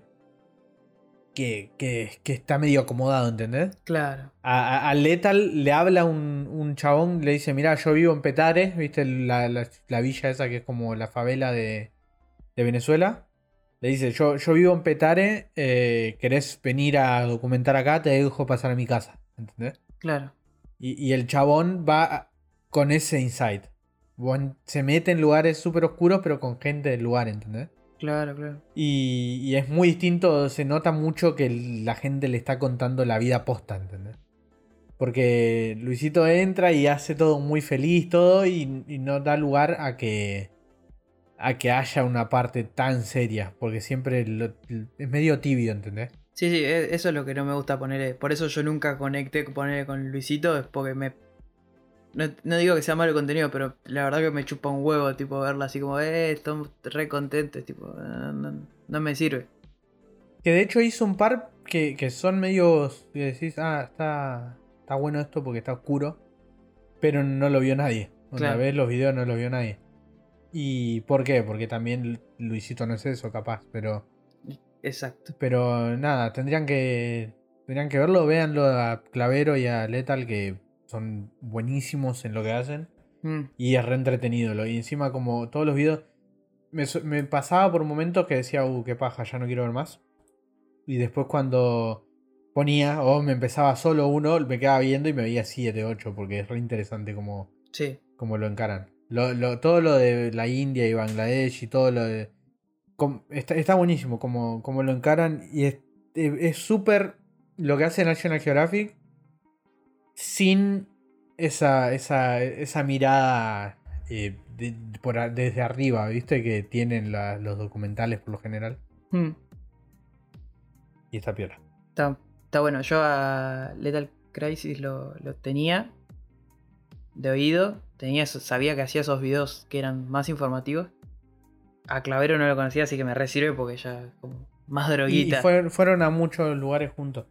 está medio acomodado, ¿entendés? Claro. A Lethal le habla un chabón, le dice, mirá, yo vivo en Petare, ¿viste? La villa esa que es como la favela de Venezuela. Le dice, yo vivo en Petare, ¿querés venir a documentar acá? Te dejo pasar a mi casa, ¿entendés? Claro. Y el chabón va con ese insight. Se mete en lugares súper oscuros, pero con gente del lugar, ¿entendés? Claro, claro. Y es muy distinto, se nota mucho que la gente le está contando la vida posta, ¿entendés? Porque Luisito entra y hace todo muy feliz, todo, y no da lugar a que haya una parte tan seria, porque siempre es medio tibio, ¿entendés? Sí, eso es lo que no me gusta poner. Por eso yo nunca conecté ponerle con Luisito, es porque no digo que sea malo el contenido, pero la verdad que me chupa un huevo, tipo, verla así como, estamos re contentos, tipo, no me sirve. Que de hecho hizo un par que son medios, que decís, está bueno esto porque está oscuro, pero no lo vio nadie. Una Claro. vez los videos no los vio nadie. ¿Y por qué? Porque también Luisito no es eso, capaz, pero... Exacto. Pero nada, tendrían que verlo, véanlo a Clavero y a Lethal, que son buenísimos en lo que hacen. Y es re entretenido. Y encima como todos los videos... Me pasaba por momentos que decía, qué paja, ya no quiero ver más. Y después cuando ponía o me empezaba solo uno, me quedaba viendo y me veía 7, 8, porque es re interesante como lo encaran. Todo lo de la India y Bangladesh y todo lo de... Está buenísimo como lo encaran y es súper lo que hace National Geographic sin esa mirada desde arriba, ¿viste? Que tienen los documentales por lo general. Y está piola. Está bueno. Yo a Lethal Crisis lo tenía de oído. Sabía que hacía esos videos que eran más informativos. A Clavero no lo conocía, así que me re sirve porque ya como más droguita. Y fueron a muchos lugares juntos.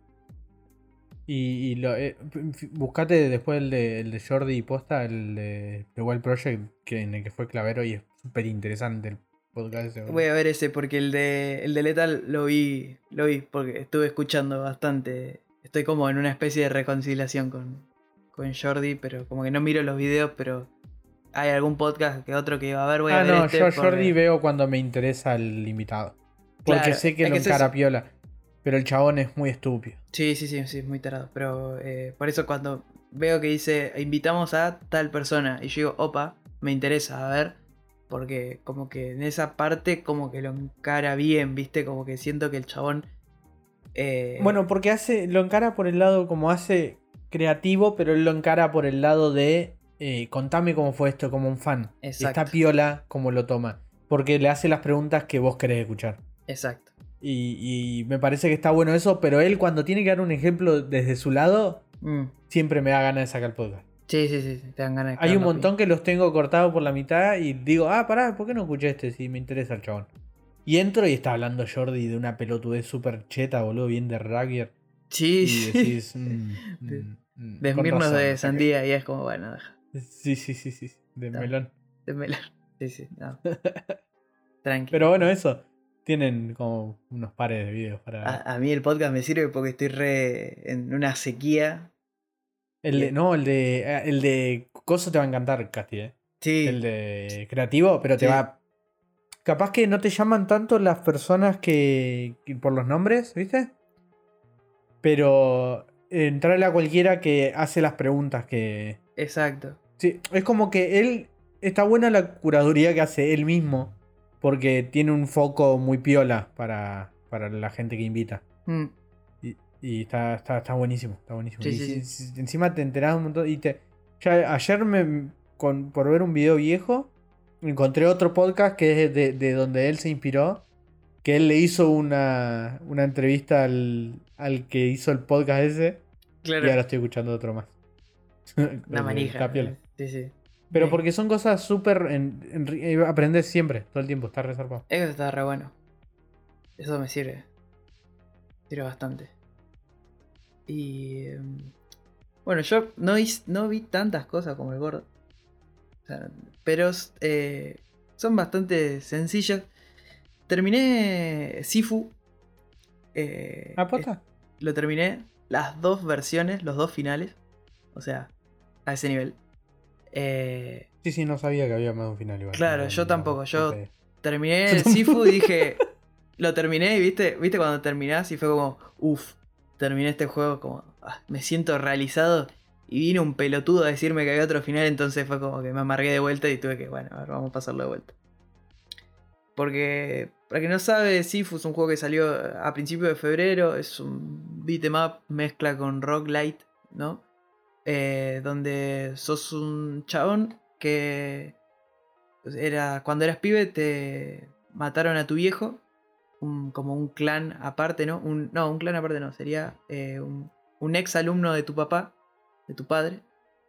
Buscate después el de Jordi y Posta, el de The Wild Project, en el que fue Clavero, y es súper interesante el podcast ese. Voy a ver ese porque el de Lethal lo vi porque estuve escuchando bastante. Estoy como en una especie de reconciliación con Jordi, pero como que no miro los videos, pero hay algún podcast que otro que iba a ver, voy a ver este. Yo Jordi veo cuando me interesa el invitado. Porque Claro, sé que lo encara piola. Pero el chabón es muy estúpido. Sí, es muy tarado. Pero por eso cuando veo que dice invitamos a tal persona y yo digo, opa, me interesa, a ver. Porque como que en esa parte como que lo encara bien, ¿viste? Como que siento que el chabón... Bueno, porque lo encara por el lado como hace creativo, pero él lo encara por el lado de contame cómo fue esto como un fan. Exacto. Está piola como lo toma. Porque le hace las preguntas que vos querés escuchar. Exacto. Y me parece que está bueno eso, pero él cuando tiene que dar un ejemplo desde su lado, siempre me da ganas de sacar el podcast. Sí, te dan ganas de Hay un montón que los tengo cortados por la mitad y digo, pará, ¿por qué no escuché este? Si me interesa el chabón. Y entro y está hablando Jordi de una pelotudez súper cheta, boludo, bien de rugby. Sí, y decís, de esmirnos de sandía y es como, bueno, deja. Sí, de melón. De melón. Sí, no. Tranqui. Pero bueno, eso. Tienen como unos pares de videos para... A mí el podcast me sirve porque estoy re en una sequía. El de Coso te va a encantar, Casti, Sí. El de creativo, pero te va... Capaz que no te llaman tanto las personas que por los nombres, ¿viste? Pero entrarle a cualquiera que hace las preguntas que... Exacto. Sí, es como que él... Está buena la curaduría que hace él mismo. porque tiene un foco muy piola para la gente que invita. Mm, Y está buenísimo, está buenísimo. sí, Y sí, sí. si encima te enterás un montón. Ya ayer por ver un video viejo, encontré otro podcast que es de donde él se inspiró. Que él le hizo una entrevista al que hizo el podcast ese. Y Claro. ahora estoy escuchando otro más. Una manija. Está piola. Sí, sí. Pero porque son cosas súper. Aprendes siempre, todo el tiempo, está reservado. Eso está re bueno. Eso me sirve. Sirve bastante. Y. Bueno, yo no vi tantas cosas como el gordo. O sea, pero son bastante sencillas. Terminé Sifu. ¿Ah, posta? Lo terminé. Las dos versiones, los dos finales. O sea, a ese nivel. Sí, no sabía que había más de un final igual. Claro, yo tampoco. Yo sabía. terminé Yo el Sifu y dije. Lo terminé y viste cuando terminás y fue como. Uff, terminé este juego como. Me siento realizado. Y vino un pelotudo a decirme que había otro final, entonces fue como que me amargué de vuelta y tuve que, bueno, a ver, vamos a pasarlo de vuelta. Porque, para quien no sabe, Sifu es un juego que salió a principios de febrero. Es un beat'em up mezcla con roguelite, ¿no? Donde sos un chabón que cuando eras pibe te mataron a tu viejo, como un clan aparte, ¿no? Un clan aparte no, sería un ex alumno de tu papá, de tu padre.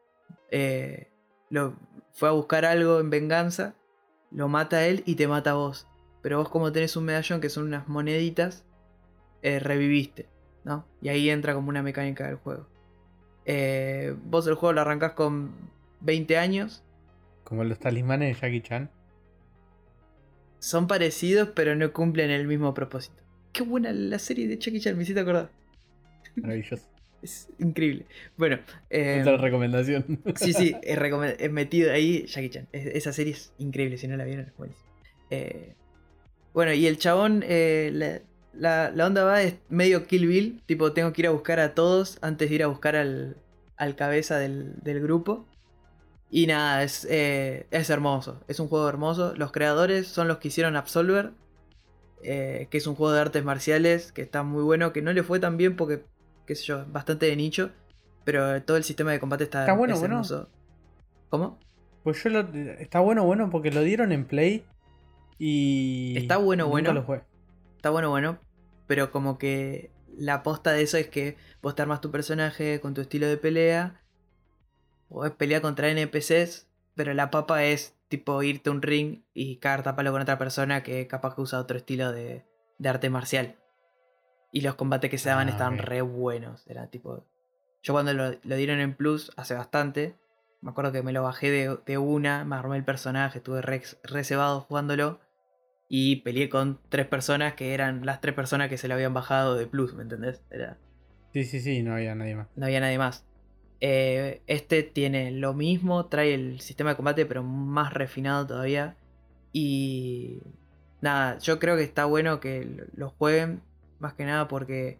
Fue a buscar algo en venganza, lo mata a él y te mata a vos. Pero vos, como tenés un medallón que son unas moneditas, reviviste, ¿no? Y ahí entra como una mecánica del juego. Vos el juego lo arrancás con 20 años. Como los talismanes de Jackie Chan. Son parecidos, pero no cumplen el mismo propósito. Qué buena la serie de Jackie Chan, me hiciste acordar. Maravilloso. Es increíble. Bueno, Otra recomendación. sí, es metido ahí Jackie Chan. Esa serie es increíble, si no la vieron es buenísima. Bueno, y el chabón, la onda va es medio Kill Bill. Tipo, tengo que ir a buscar a todos antes de ir a buscar al cabeza del grupo. Y nada, es hermoso. Es un juego hermoso. Los creadores son los que hicieron Absolver. Que es un juego de artes marciales que está muy bueno. Que no le fue tan bien porque, qué sé yo, bastante de nicho. Pero todo el sistema de combate Está bueno, es hermoso. ¿Cómo? Pues está bueno porque lo dieron en Play. Y está bueno, nunca lo jugué. Está bueno. Pero como que la posta de eso es que vos te armas tu personaje con tu estilo de pelea. Podés pelear contra NPCs, pero la papa es tipo irte a un ring y cagar tapalo con otra persona que capaz que usa otro estilo de arte marcial. Y los combates que se daban estaban ok. re buenos. Era tipo. Yo cuando lo dieron en Plus hace bastante, me acuerdo que me lo bajé de una, me armé el personaje, estuve re cebado jugándolo. Y peleé con 3 personas que eran las 3 personas que se lo habían bajado de Plus, ¿me entendés? Sí, no había nadie más. No había nadie más. Este tiene lo mismo, trae el sistema de combate pero más refinado todavía. Y nada, yo creo que está bueno que lo jueguen, más que nada porque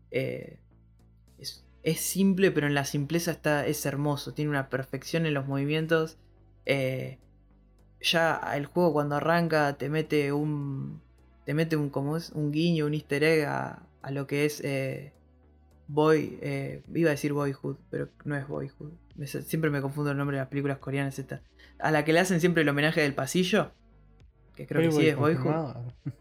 es simple, pero en la simpleza es hermoso, tiene una perfección en los movimientos. Ya el juego cuando arranca te mete un como es un guiño, un easter egg a lo que es iba a decir Boyhood, pero no es Boyhood. Siempre me confundo el nombre de las películas coreanas estas. A la que le hacen siempre el homenaje del pasillo, que creo que sí es Boyhood.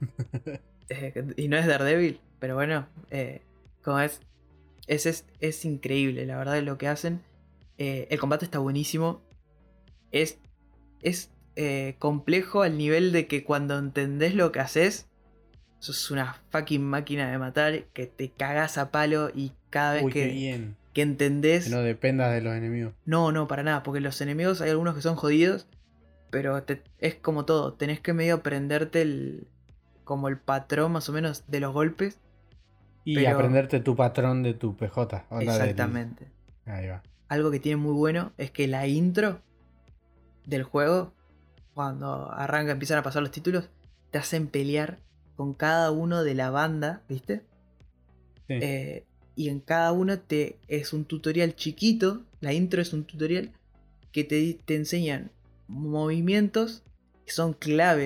Y no es Daredevil, pero bueno, como es increíble, la verdad, lo que hacen. El combate está buenísimo. Es complejo al nivel de que cuando entendés lo que haces, sos una fucking máquina de matar, que te cagás a palo y cada vez que entendés... Que no dependas de los enemigos. No, para nada, porque los enemigos hay algunos que son jodidos, pero es como todo, tenés que medio aprenderte como el patrón más o menos de los golpes. Y aprenderte tu patrón de tu PJ. Exactamente. Ahí va. Algo que tiene muy bueno es que la intro del juego, cuando empiezan a pasar los títulos, te hacen pelear con cada uno de la banda, ¿viste? Sí. Y en cada uno es un tutorial chiquito. La intro es un tutorial que te enseñan movimientos que son claves,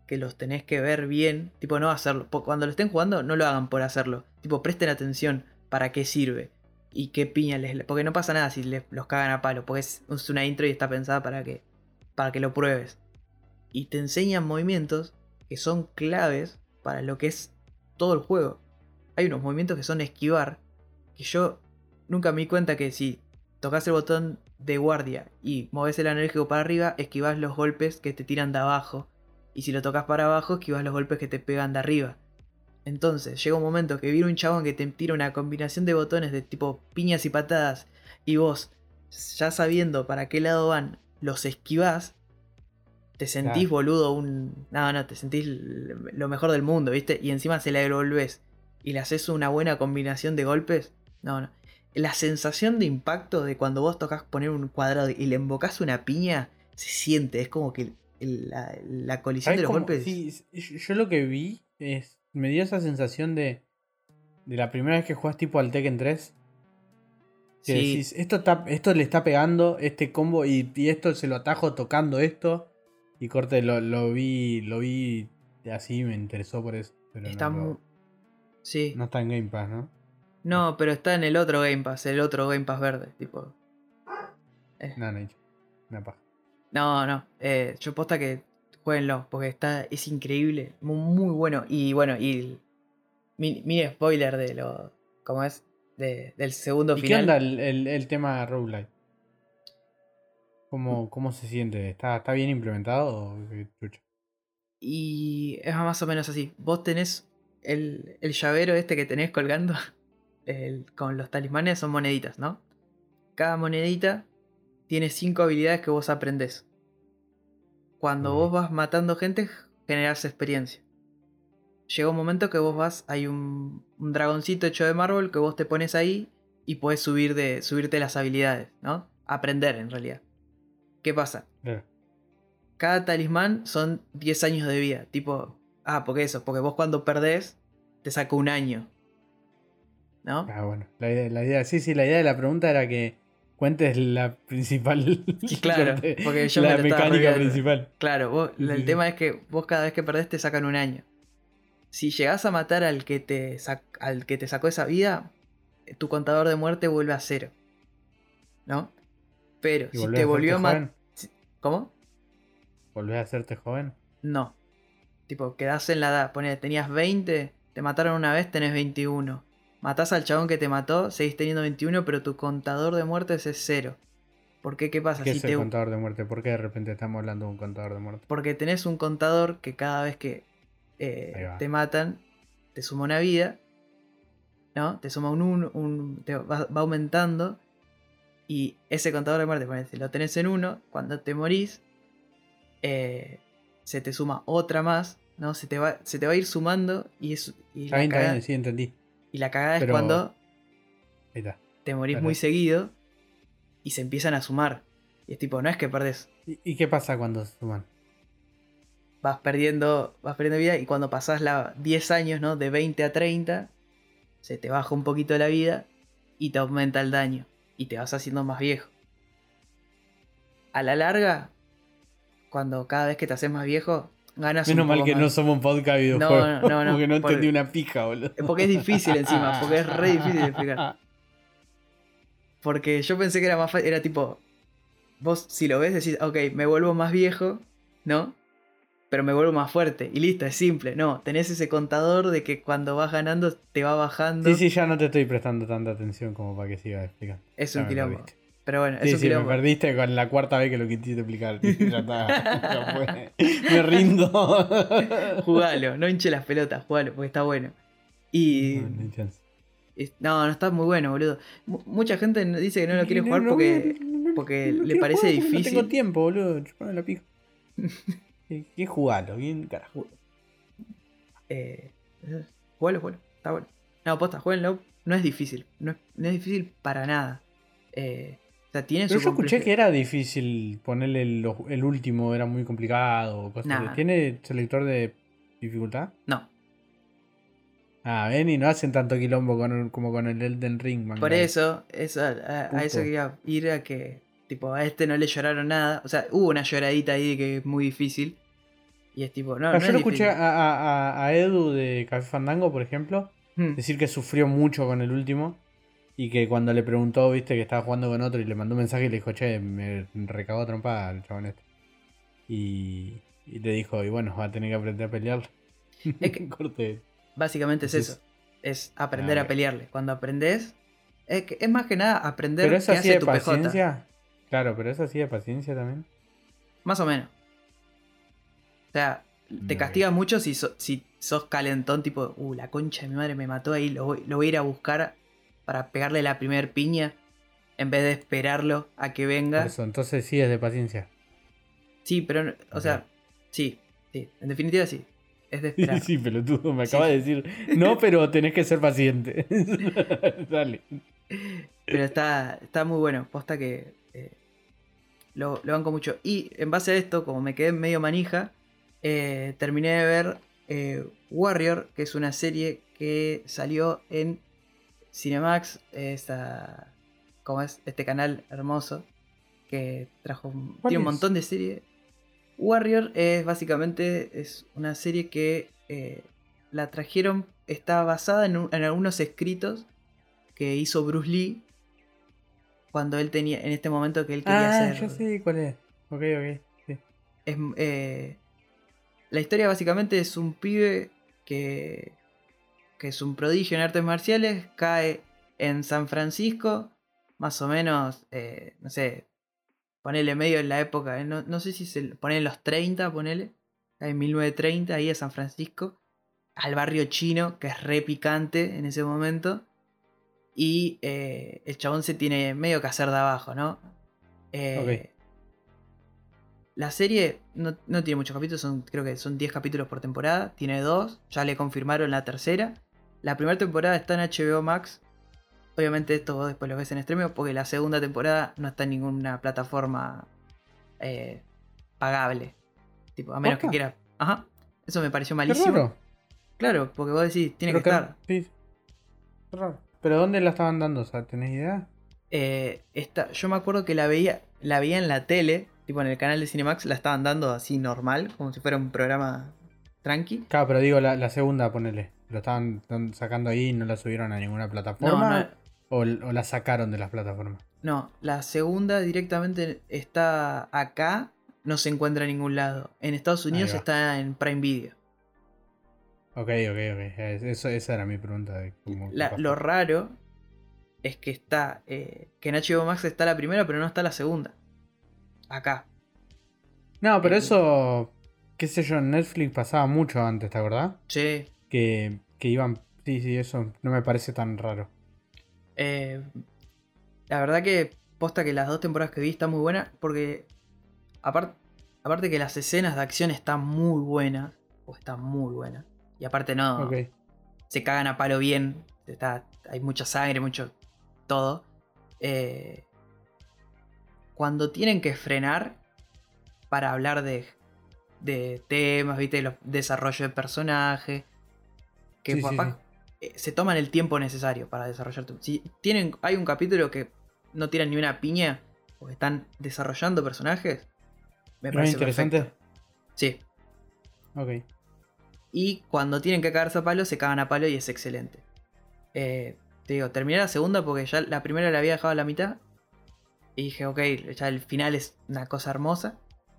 que los tenés que ver bien. Tipo, no hacerlo. Cuando lo estén jugando, no lo hagan por hacerlo. Tipo, presten atención para qué sirve. Y qué piña les... Porque no pasa nada si los cagan a palo. Porque es una intro y está pensada para que lo pruebes. Y te enseñan movimientos que son claves para lo que es todo el juego. Hay unos movimientos que son esquivar, que yo nunca me di cuenta que si tocas el botón de guardia y moves el analógico para arriba, esquivas los golpes que te tiran de abajo. Y si lo tocas para abajo, esquivas los golpes que te pegan de arriba. Entonces llega un momento que viene un chabón que te tira una combinación de botones de tipo piñas y patadas, y vos, ya sabiendo para qué lado van, los esquivás. Te sentís, Claro. boludo, No, te sentís lo mejor del mundo, ¿viste? Y encima se la devolvés y le haces una buena combinación de golpes. No. La sensación de impacto de cuando vos tocas poner un cuadrado y le invocás una piña, se siente. Es como que la colisión ¿Sabes de los cómo? golpes. Sí, yo lo que vi es. Me dio esa sensación de la primera vez que jugás tipo al Tekken 3. Que Sí, decís, esto le está pegando este combo y esto se lo atajo tocando esto. Y corte, lo vi así, me interesó por eso. Pero está muy. Sí. no está en Game Pass, ¿no? No, pero está en el otro Game Pass, el otro Game Pass verde. Tipo. eh, No, una paja. No. Yo posta que jueguenlo, porque es increíble, muy bueno. Y bueno, y mini spoiler de lo. ¿Cómo es? Del segundo ¿Y qué onda final. el tema roguelike? ¿Cómo se siente? ¿Está bien implementado o qué chucha? Y es más o menos así. Vos tenés el llavero este que tenés colgando. Con los talismanes son moneditas, ¿no? Cada monedita tiene 5 habilidades que vos aprendés. Cuando vos Ok. vas matando gente, generás experiencia. Llega un momento que vos vas, hay un dragoncito hecho de mármol que vos te pones ahí y podés subirte las habilidades, ¿no? Aprender en realidad. ¿Qué pasa? Claro. Cada talismán son 10 años de vida. Tipo, porque vos cuando perdés te saca un año, ¿no? Ah, bueno. La idea de la pregunta era que cuentes la principal. Y claro, porque yo me La lo estaba mecánica olvidando. principal. Claro, Sí, el sí, sí. tema es que vos cada vez que perdés te sacan un año. Si llegás a matar al que te sacó esa vida, tu contador de muerte vuelve a cero, ¿no? Pero ¿Y si volvés te a hacerte volvió a matar... joven? ¿Cómo? ¿Volvés a hacerte joven? No. Tipo, quedás en la edad. Ponele, tenías 20, te mataron una vez, tenés 21. Matás al chabón que te mató, seguís teniendo 21, pero tu contador de muertes es cero. ¿Por qué? ¿Qué pasa? ¿Qué Si es el te... contador de muerte? ¿Por qué de repente estamos hablando de un contador de muerte? Porque tenés un contador que cada vez que Ahí va. te matan, te suma una vida, ¿no? Te suma va aumentando. Y ese contador de muerte, ponele, si lo tenés en uno, cuando te morís, se te suma otra más, ¿no? Se te va a ir sumando Está bien, sí, entendí. y la cagada es Pero. cuando Ahí está. te morís muy Dale. seguido y se empiezan a sumar. Y es tipo, no es que perdés, ¿Y qué pasa cuando suman? vas perdiendo vida y cuando pasás 10 años, ¿no? De 20 a 30, se te baja un poquito la vida y te aumenta el daño y te vas haciendo más viejo. A la larga, cuando cada vez que te haces más viejo, ganas un Menos mal poco que no más. somos un podcast de videojuegos. No, Porque no entendí una pija, boludo. porque es difícil encima, porque es re difícil de explicar. Porque yo pensé que era más fácil, era tipo, vos si lo ves decís, ok, me vuelvo más viejo, ¿no? Pero me vuelvo más fuerte. Y listo, es simple. No, tenés ese contador de que cuando vas ganando te va Sí, bajando. sí, ya no te estoy prestando tanta atención como para que sigas explicando. Es Ya un me quilombo. perdiste. Pero bueno, es Sí, un sí, me quilombo. perdiste con la cuarta vez que lo quisiste explicar. Ya está, ya fue. Me rindo. Jugalo, no hinche las pelotas, jugalo, porque está bueno. Y... No, no hay chance. No está muy bueno, boludo. Mucha gente dice que no lo quiere jugar No, porque no le quiero parece jugar porque no tengo difícil. tiempo, boludo. Chupame la pija. ¿Qué jugarlo? Bien, carajo. Eh, Jugalo, está bueno. No, posta, jueguenlo. No es difícil. No es difícil para nada. O sea, tiene Pero su yo escuché que complejidad. era difícil ponerle el último, era muy complicado o cosas así. Nada, ¿Tiene selector de dificultad? no. Ah, ven y no hacen tanto quilombo como con el Elden Ring, Por manga. eso a eso Puto. quería ir a que, tipo, a este no le lloraron nada. O sea, hubo una lloradita ahí de que es muy difícil. Y es tipo, no, Claro, no yo es lo escuché difícil. a Edu de Café Fandango, por ejemplo, Hmm. decir que sufrió mucho con el último. Y que cuando le preguntó, viste, que estaba jugando con otro y le mandó un mensaje y le dijo, che, me recagó a trompada el chabón este. Y le dijo, y bueno, va a tener que aprender a pelear. Es que Corte. básicamente es eso. Entonces, Es ah, aprender a ok. pelearle. Cuando aprendes, es más que nada Pero aprender es qué así hace de tu PJ. paciencia. Claro, pero es así de paciencia también. Más o menos. O sea, te Ok. castiga mucho si sos calentón, tipo, la concha de mi madre me mató ahí, lo voy a ir a buscar para pegarle la primer piña en vez de esperarlo a que Por venga. eso, entonces sí es de paciencia. Sí, pero, o Ok. sea, sí, sí, en definitiva sí, es de Sí, esperar. sí, pelotudo, me Sí, acaba de decir. No, pero tenés que ser paciente. Dale. pero está muy bueno, posta que lo banco mucho. Y en base a esto, como me quedé medio manija, terminé de ver Warrior, que es una serie que salió en Cinemax, como es este canal hermoso que ¿Cuál tiene un es? montón de series. Warrior es básicamente es una serie que la trajeron, está basada en algunos escritos que hizo Bruce Lee cuando él tenía, en este momento que él quería Ah, ser. ya sé cuál es. Ok, ok. Sí. Es, la historia básicamente es un pibe que es un prodigio en artes marciales, cae en San Francisco, más o menos, no sé, ponele medio en la época, no sé si se pone en los 30, ponele, en 1930, ahí a San Francisco, al barrio chino, que es re picante en ese momento, y el chabón se tiene medio que hacer de abajo, ¿no? Ok. Eh, la serie no tiene muchos capítulos, creo que son 10 capítulos por temporada, tiene 2, ya le confirmaron la tercera. La primera temporada está en HBO Max. Obviamente esto vos después lo ves en streaming porque la segunda temporada no está en ninguna plataforma eh, pagable. Tipo, a menos que ¿Posta? quieras. Ajá. Eso me pareció Qué malísimo. raro. Claro, porque vos decís, tiene que Pero que. estar. Sí, qué raro. ¿Pero dónde la estaban dando? O sea, ¿tenés idea? Yo me acuerdo que la veía en la tele, tipo en el canal de Cinemax, la estaban dando así normal, como si fuera un programa tranqui. Claro, pero digo la segunda, ponele. ¿Lo estaban sacando ahí y no la subieron a ninguna No, no, plataforma? ¿O la sacaron de las plataformas? no. La segunda directamente está acá, no se encuentra en ningún lado. En Estados Ahí Unidos va. está en Prime Video. Ok, ok, ok. Esa era mi pregunta de cómo qué Lo pasó. raro es que que en HBO Max está la primera, pero no está la segunda. Acá. No, pero En, eso, qué sé yo, en Netflix pasaba mucho antes, ¿te acordás? sí. Que iban. Sí, sí, eso no me parece tan raro. eh, la verdad que posta que las dos temporadas que vi están muy buenas. Porque aparte que las escenas de acción están muy buenas. O están muy buenas. Y aparte no. Ok. Se cagan a palo bien. Hay mucha sangre, mucho todo. Eh, Cuando tienen que frenar para hablar de temas, ¿viste? Los desarrollo de personajes. Que Sí, sí, sí. papá se toman el tiempo necesario para desarrollar. Si hay un capítulo que no tiran ni una piña, porque están desarrollando personajes, me ¿No es parece perfecto. interesante? Sí. Ok. Y cuando tienen que cagarse a palo, se cagan a palo y es excelente. Te digo, terminé la segunda porque ya la primera la había dejado a la mitad. Y dije, ok, ya el final es una cosa hermosa.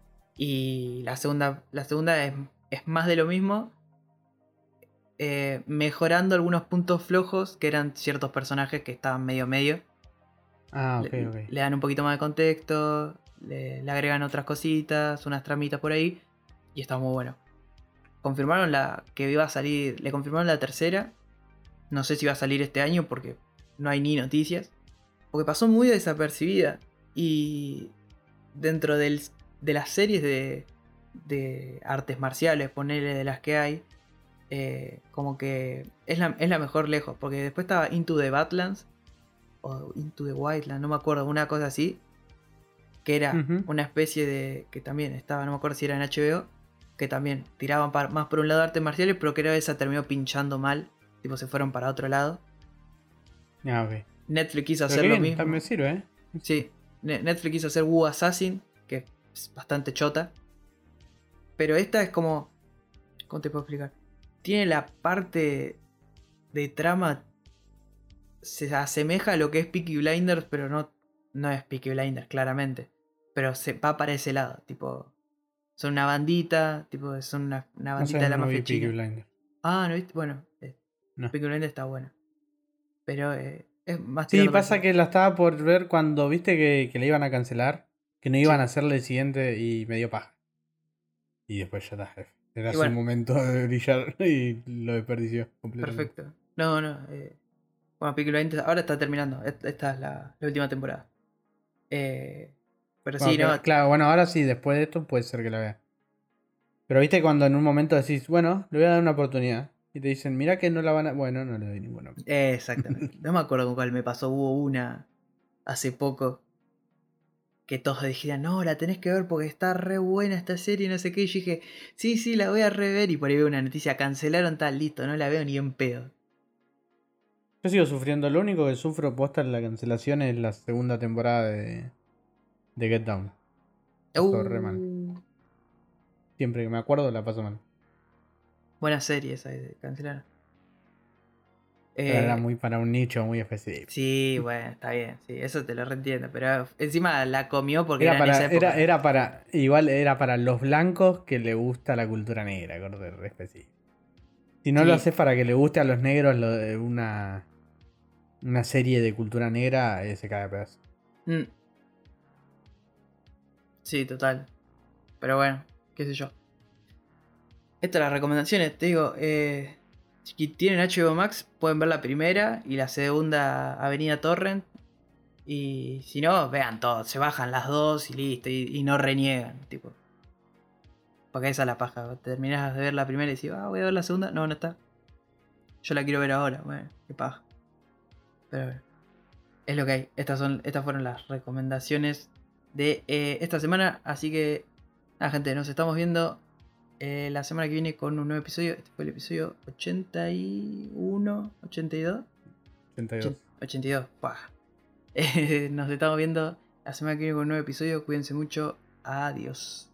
Y la segunda es más de lo mismo. Mejorando algunos puntos flojos que eran ciertos personajes que estaban medio medio. Ah, ok, Le, ok. le dan un poquito más de contexto, le agregan otras cositas, unas tramitas por ahí. Y está muy bueno. Confirmaron que iba a salir, le confirmaron la tercera. No sé si va a salir este año porque no hay ni noticias. Porque pasó muy desapercibida. Y dentro de las series de artes marciales, ponele de las que hay, como que es la mejor lejos. Porque después estaba Into the Badlands o Into the Wildland, no me acuerdo, una cosa así. Que era Ujú. una especie de. Que también estaba, no me acuerdo si era en HBO. Que también tiraban más por un lado de artes marciales, pero creo que esa terminó pinchando mal. Tipo, se fueron para otro lado. Ah, ok. Netflix quiso Pero hacer qué lo bien, también me mismo. sirve, ¿eh? Sí, Netflix quiso hacer Wu Assassin, que es bastante chota. Pero esta es como... ¿Cómo te puedo explicar? Tiene la parte de trama... Se asemeja a lo que es Peaky Blinders, pero no es Peaky Blinders, claramente. Pero se va para ese lado, tipo... Son una bandita, tipo, son una No bandita sé, de la no vi mafia Peaky china. Blinders. Ah, ¿no viste? Bueno, No. Peaky Blinders está buena. Pero es más Sí, tirando para pasa ese que la estaba por ver cuando viste que le iban a cancelar, que no lado. iban a Sí. hacerle el siguiente y me dio paja. Y después ya está, jefe. Era Y su bueno, momento de brillar y lo desperdició completamente. perfecto. No. Bueno, Peaky Blinders ahora está terminando. Esta es la última temporada. Pero Bueno, sí, no. claro, bueno, ahora sí, después de esto puede ser que la vea. Pero viste cuando en un momento decís, bueno, le voy a dar una oportunidad. Y te dicen, mira que no la van a... Bueno, no le doy ninguna. Exactamente. No me acuerdo con cuál me pasó. Hubo una hace poco que todos dijeron, no, la tenés que ver porque está re buena esta serie, no sé qué. Y yo dije, sí, la voy a rever. Y por ahí veo una noticia, cancelaron tal, listo, no la veo ni en pedo. Yo sigo sufriendo. Lo único que sufro posta en la cancelación es la segunda temporada de Get Down. Paso re mal. Siempre que me acuerdo la paso mal. Buena serie esa de cancelaron. Pero era Eh, muy para un nicho muy específico. sí, bueno, está bien, sí, eso te lo reentiendo. Pero encima la comió porque Era era en esa para, época. era para, igual era para los blancos que le gusta la cultura negra, corte re específico. Si no lo Sí. haces para que le guste a los negros lo de una serie de cultura negra, se cae a pedazos. Mm, sí, total. Pero bueno, qué sé yo. Estas las recomendaciones, te digo. Si tienen HBO Max, pueden ver la primera y la segunda Avenida Torrent. Y si no, vean todo. Se bajan las dos y listo. Y no reniegan, tipo. Porque esa es la paja. Terminás de ver la primera y decís, voy a ver la segunda. No está. Yo la quiero ver ahora. Bueno, qué paja. Pero bueno, es lo que hay. Estas fueron las recomendaciones de esta semana. Así que, nada, gente, nos estamos viendo la semana que viene con un nuevo episodio. Este fue el episodio 81, 82. 82. 82, ¡pah! Nos estamos viendo la semana que viene con un nuevo episodio. Cuídense mucho. Adiós.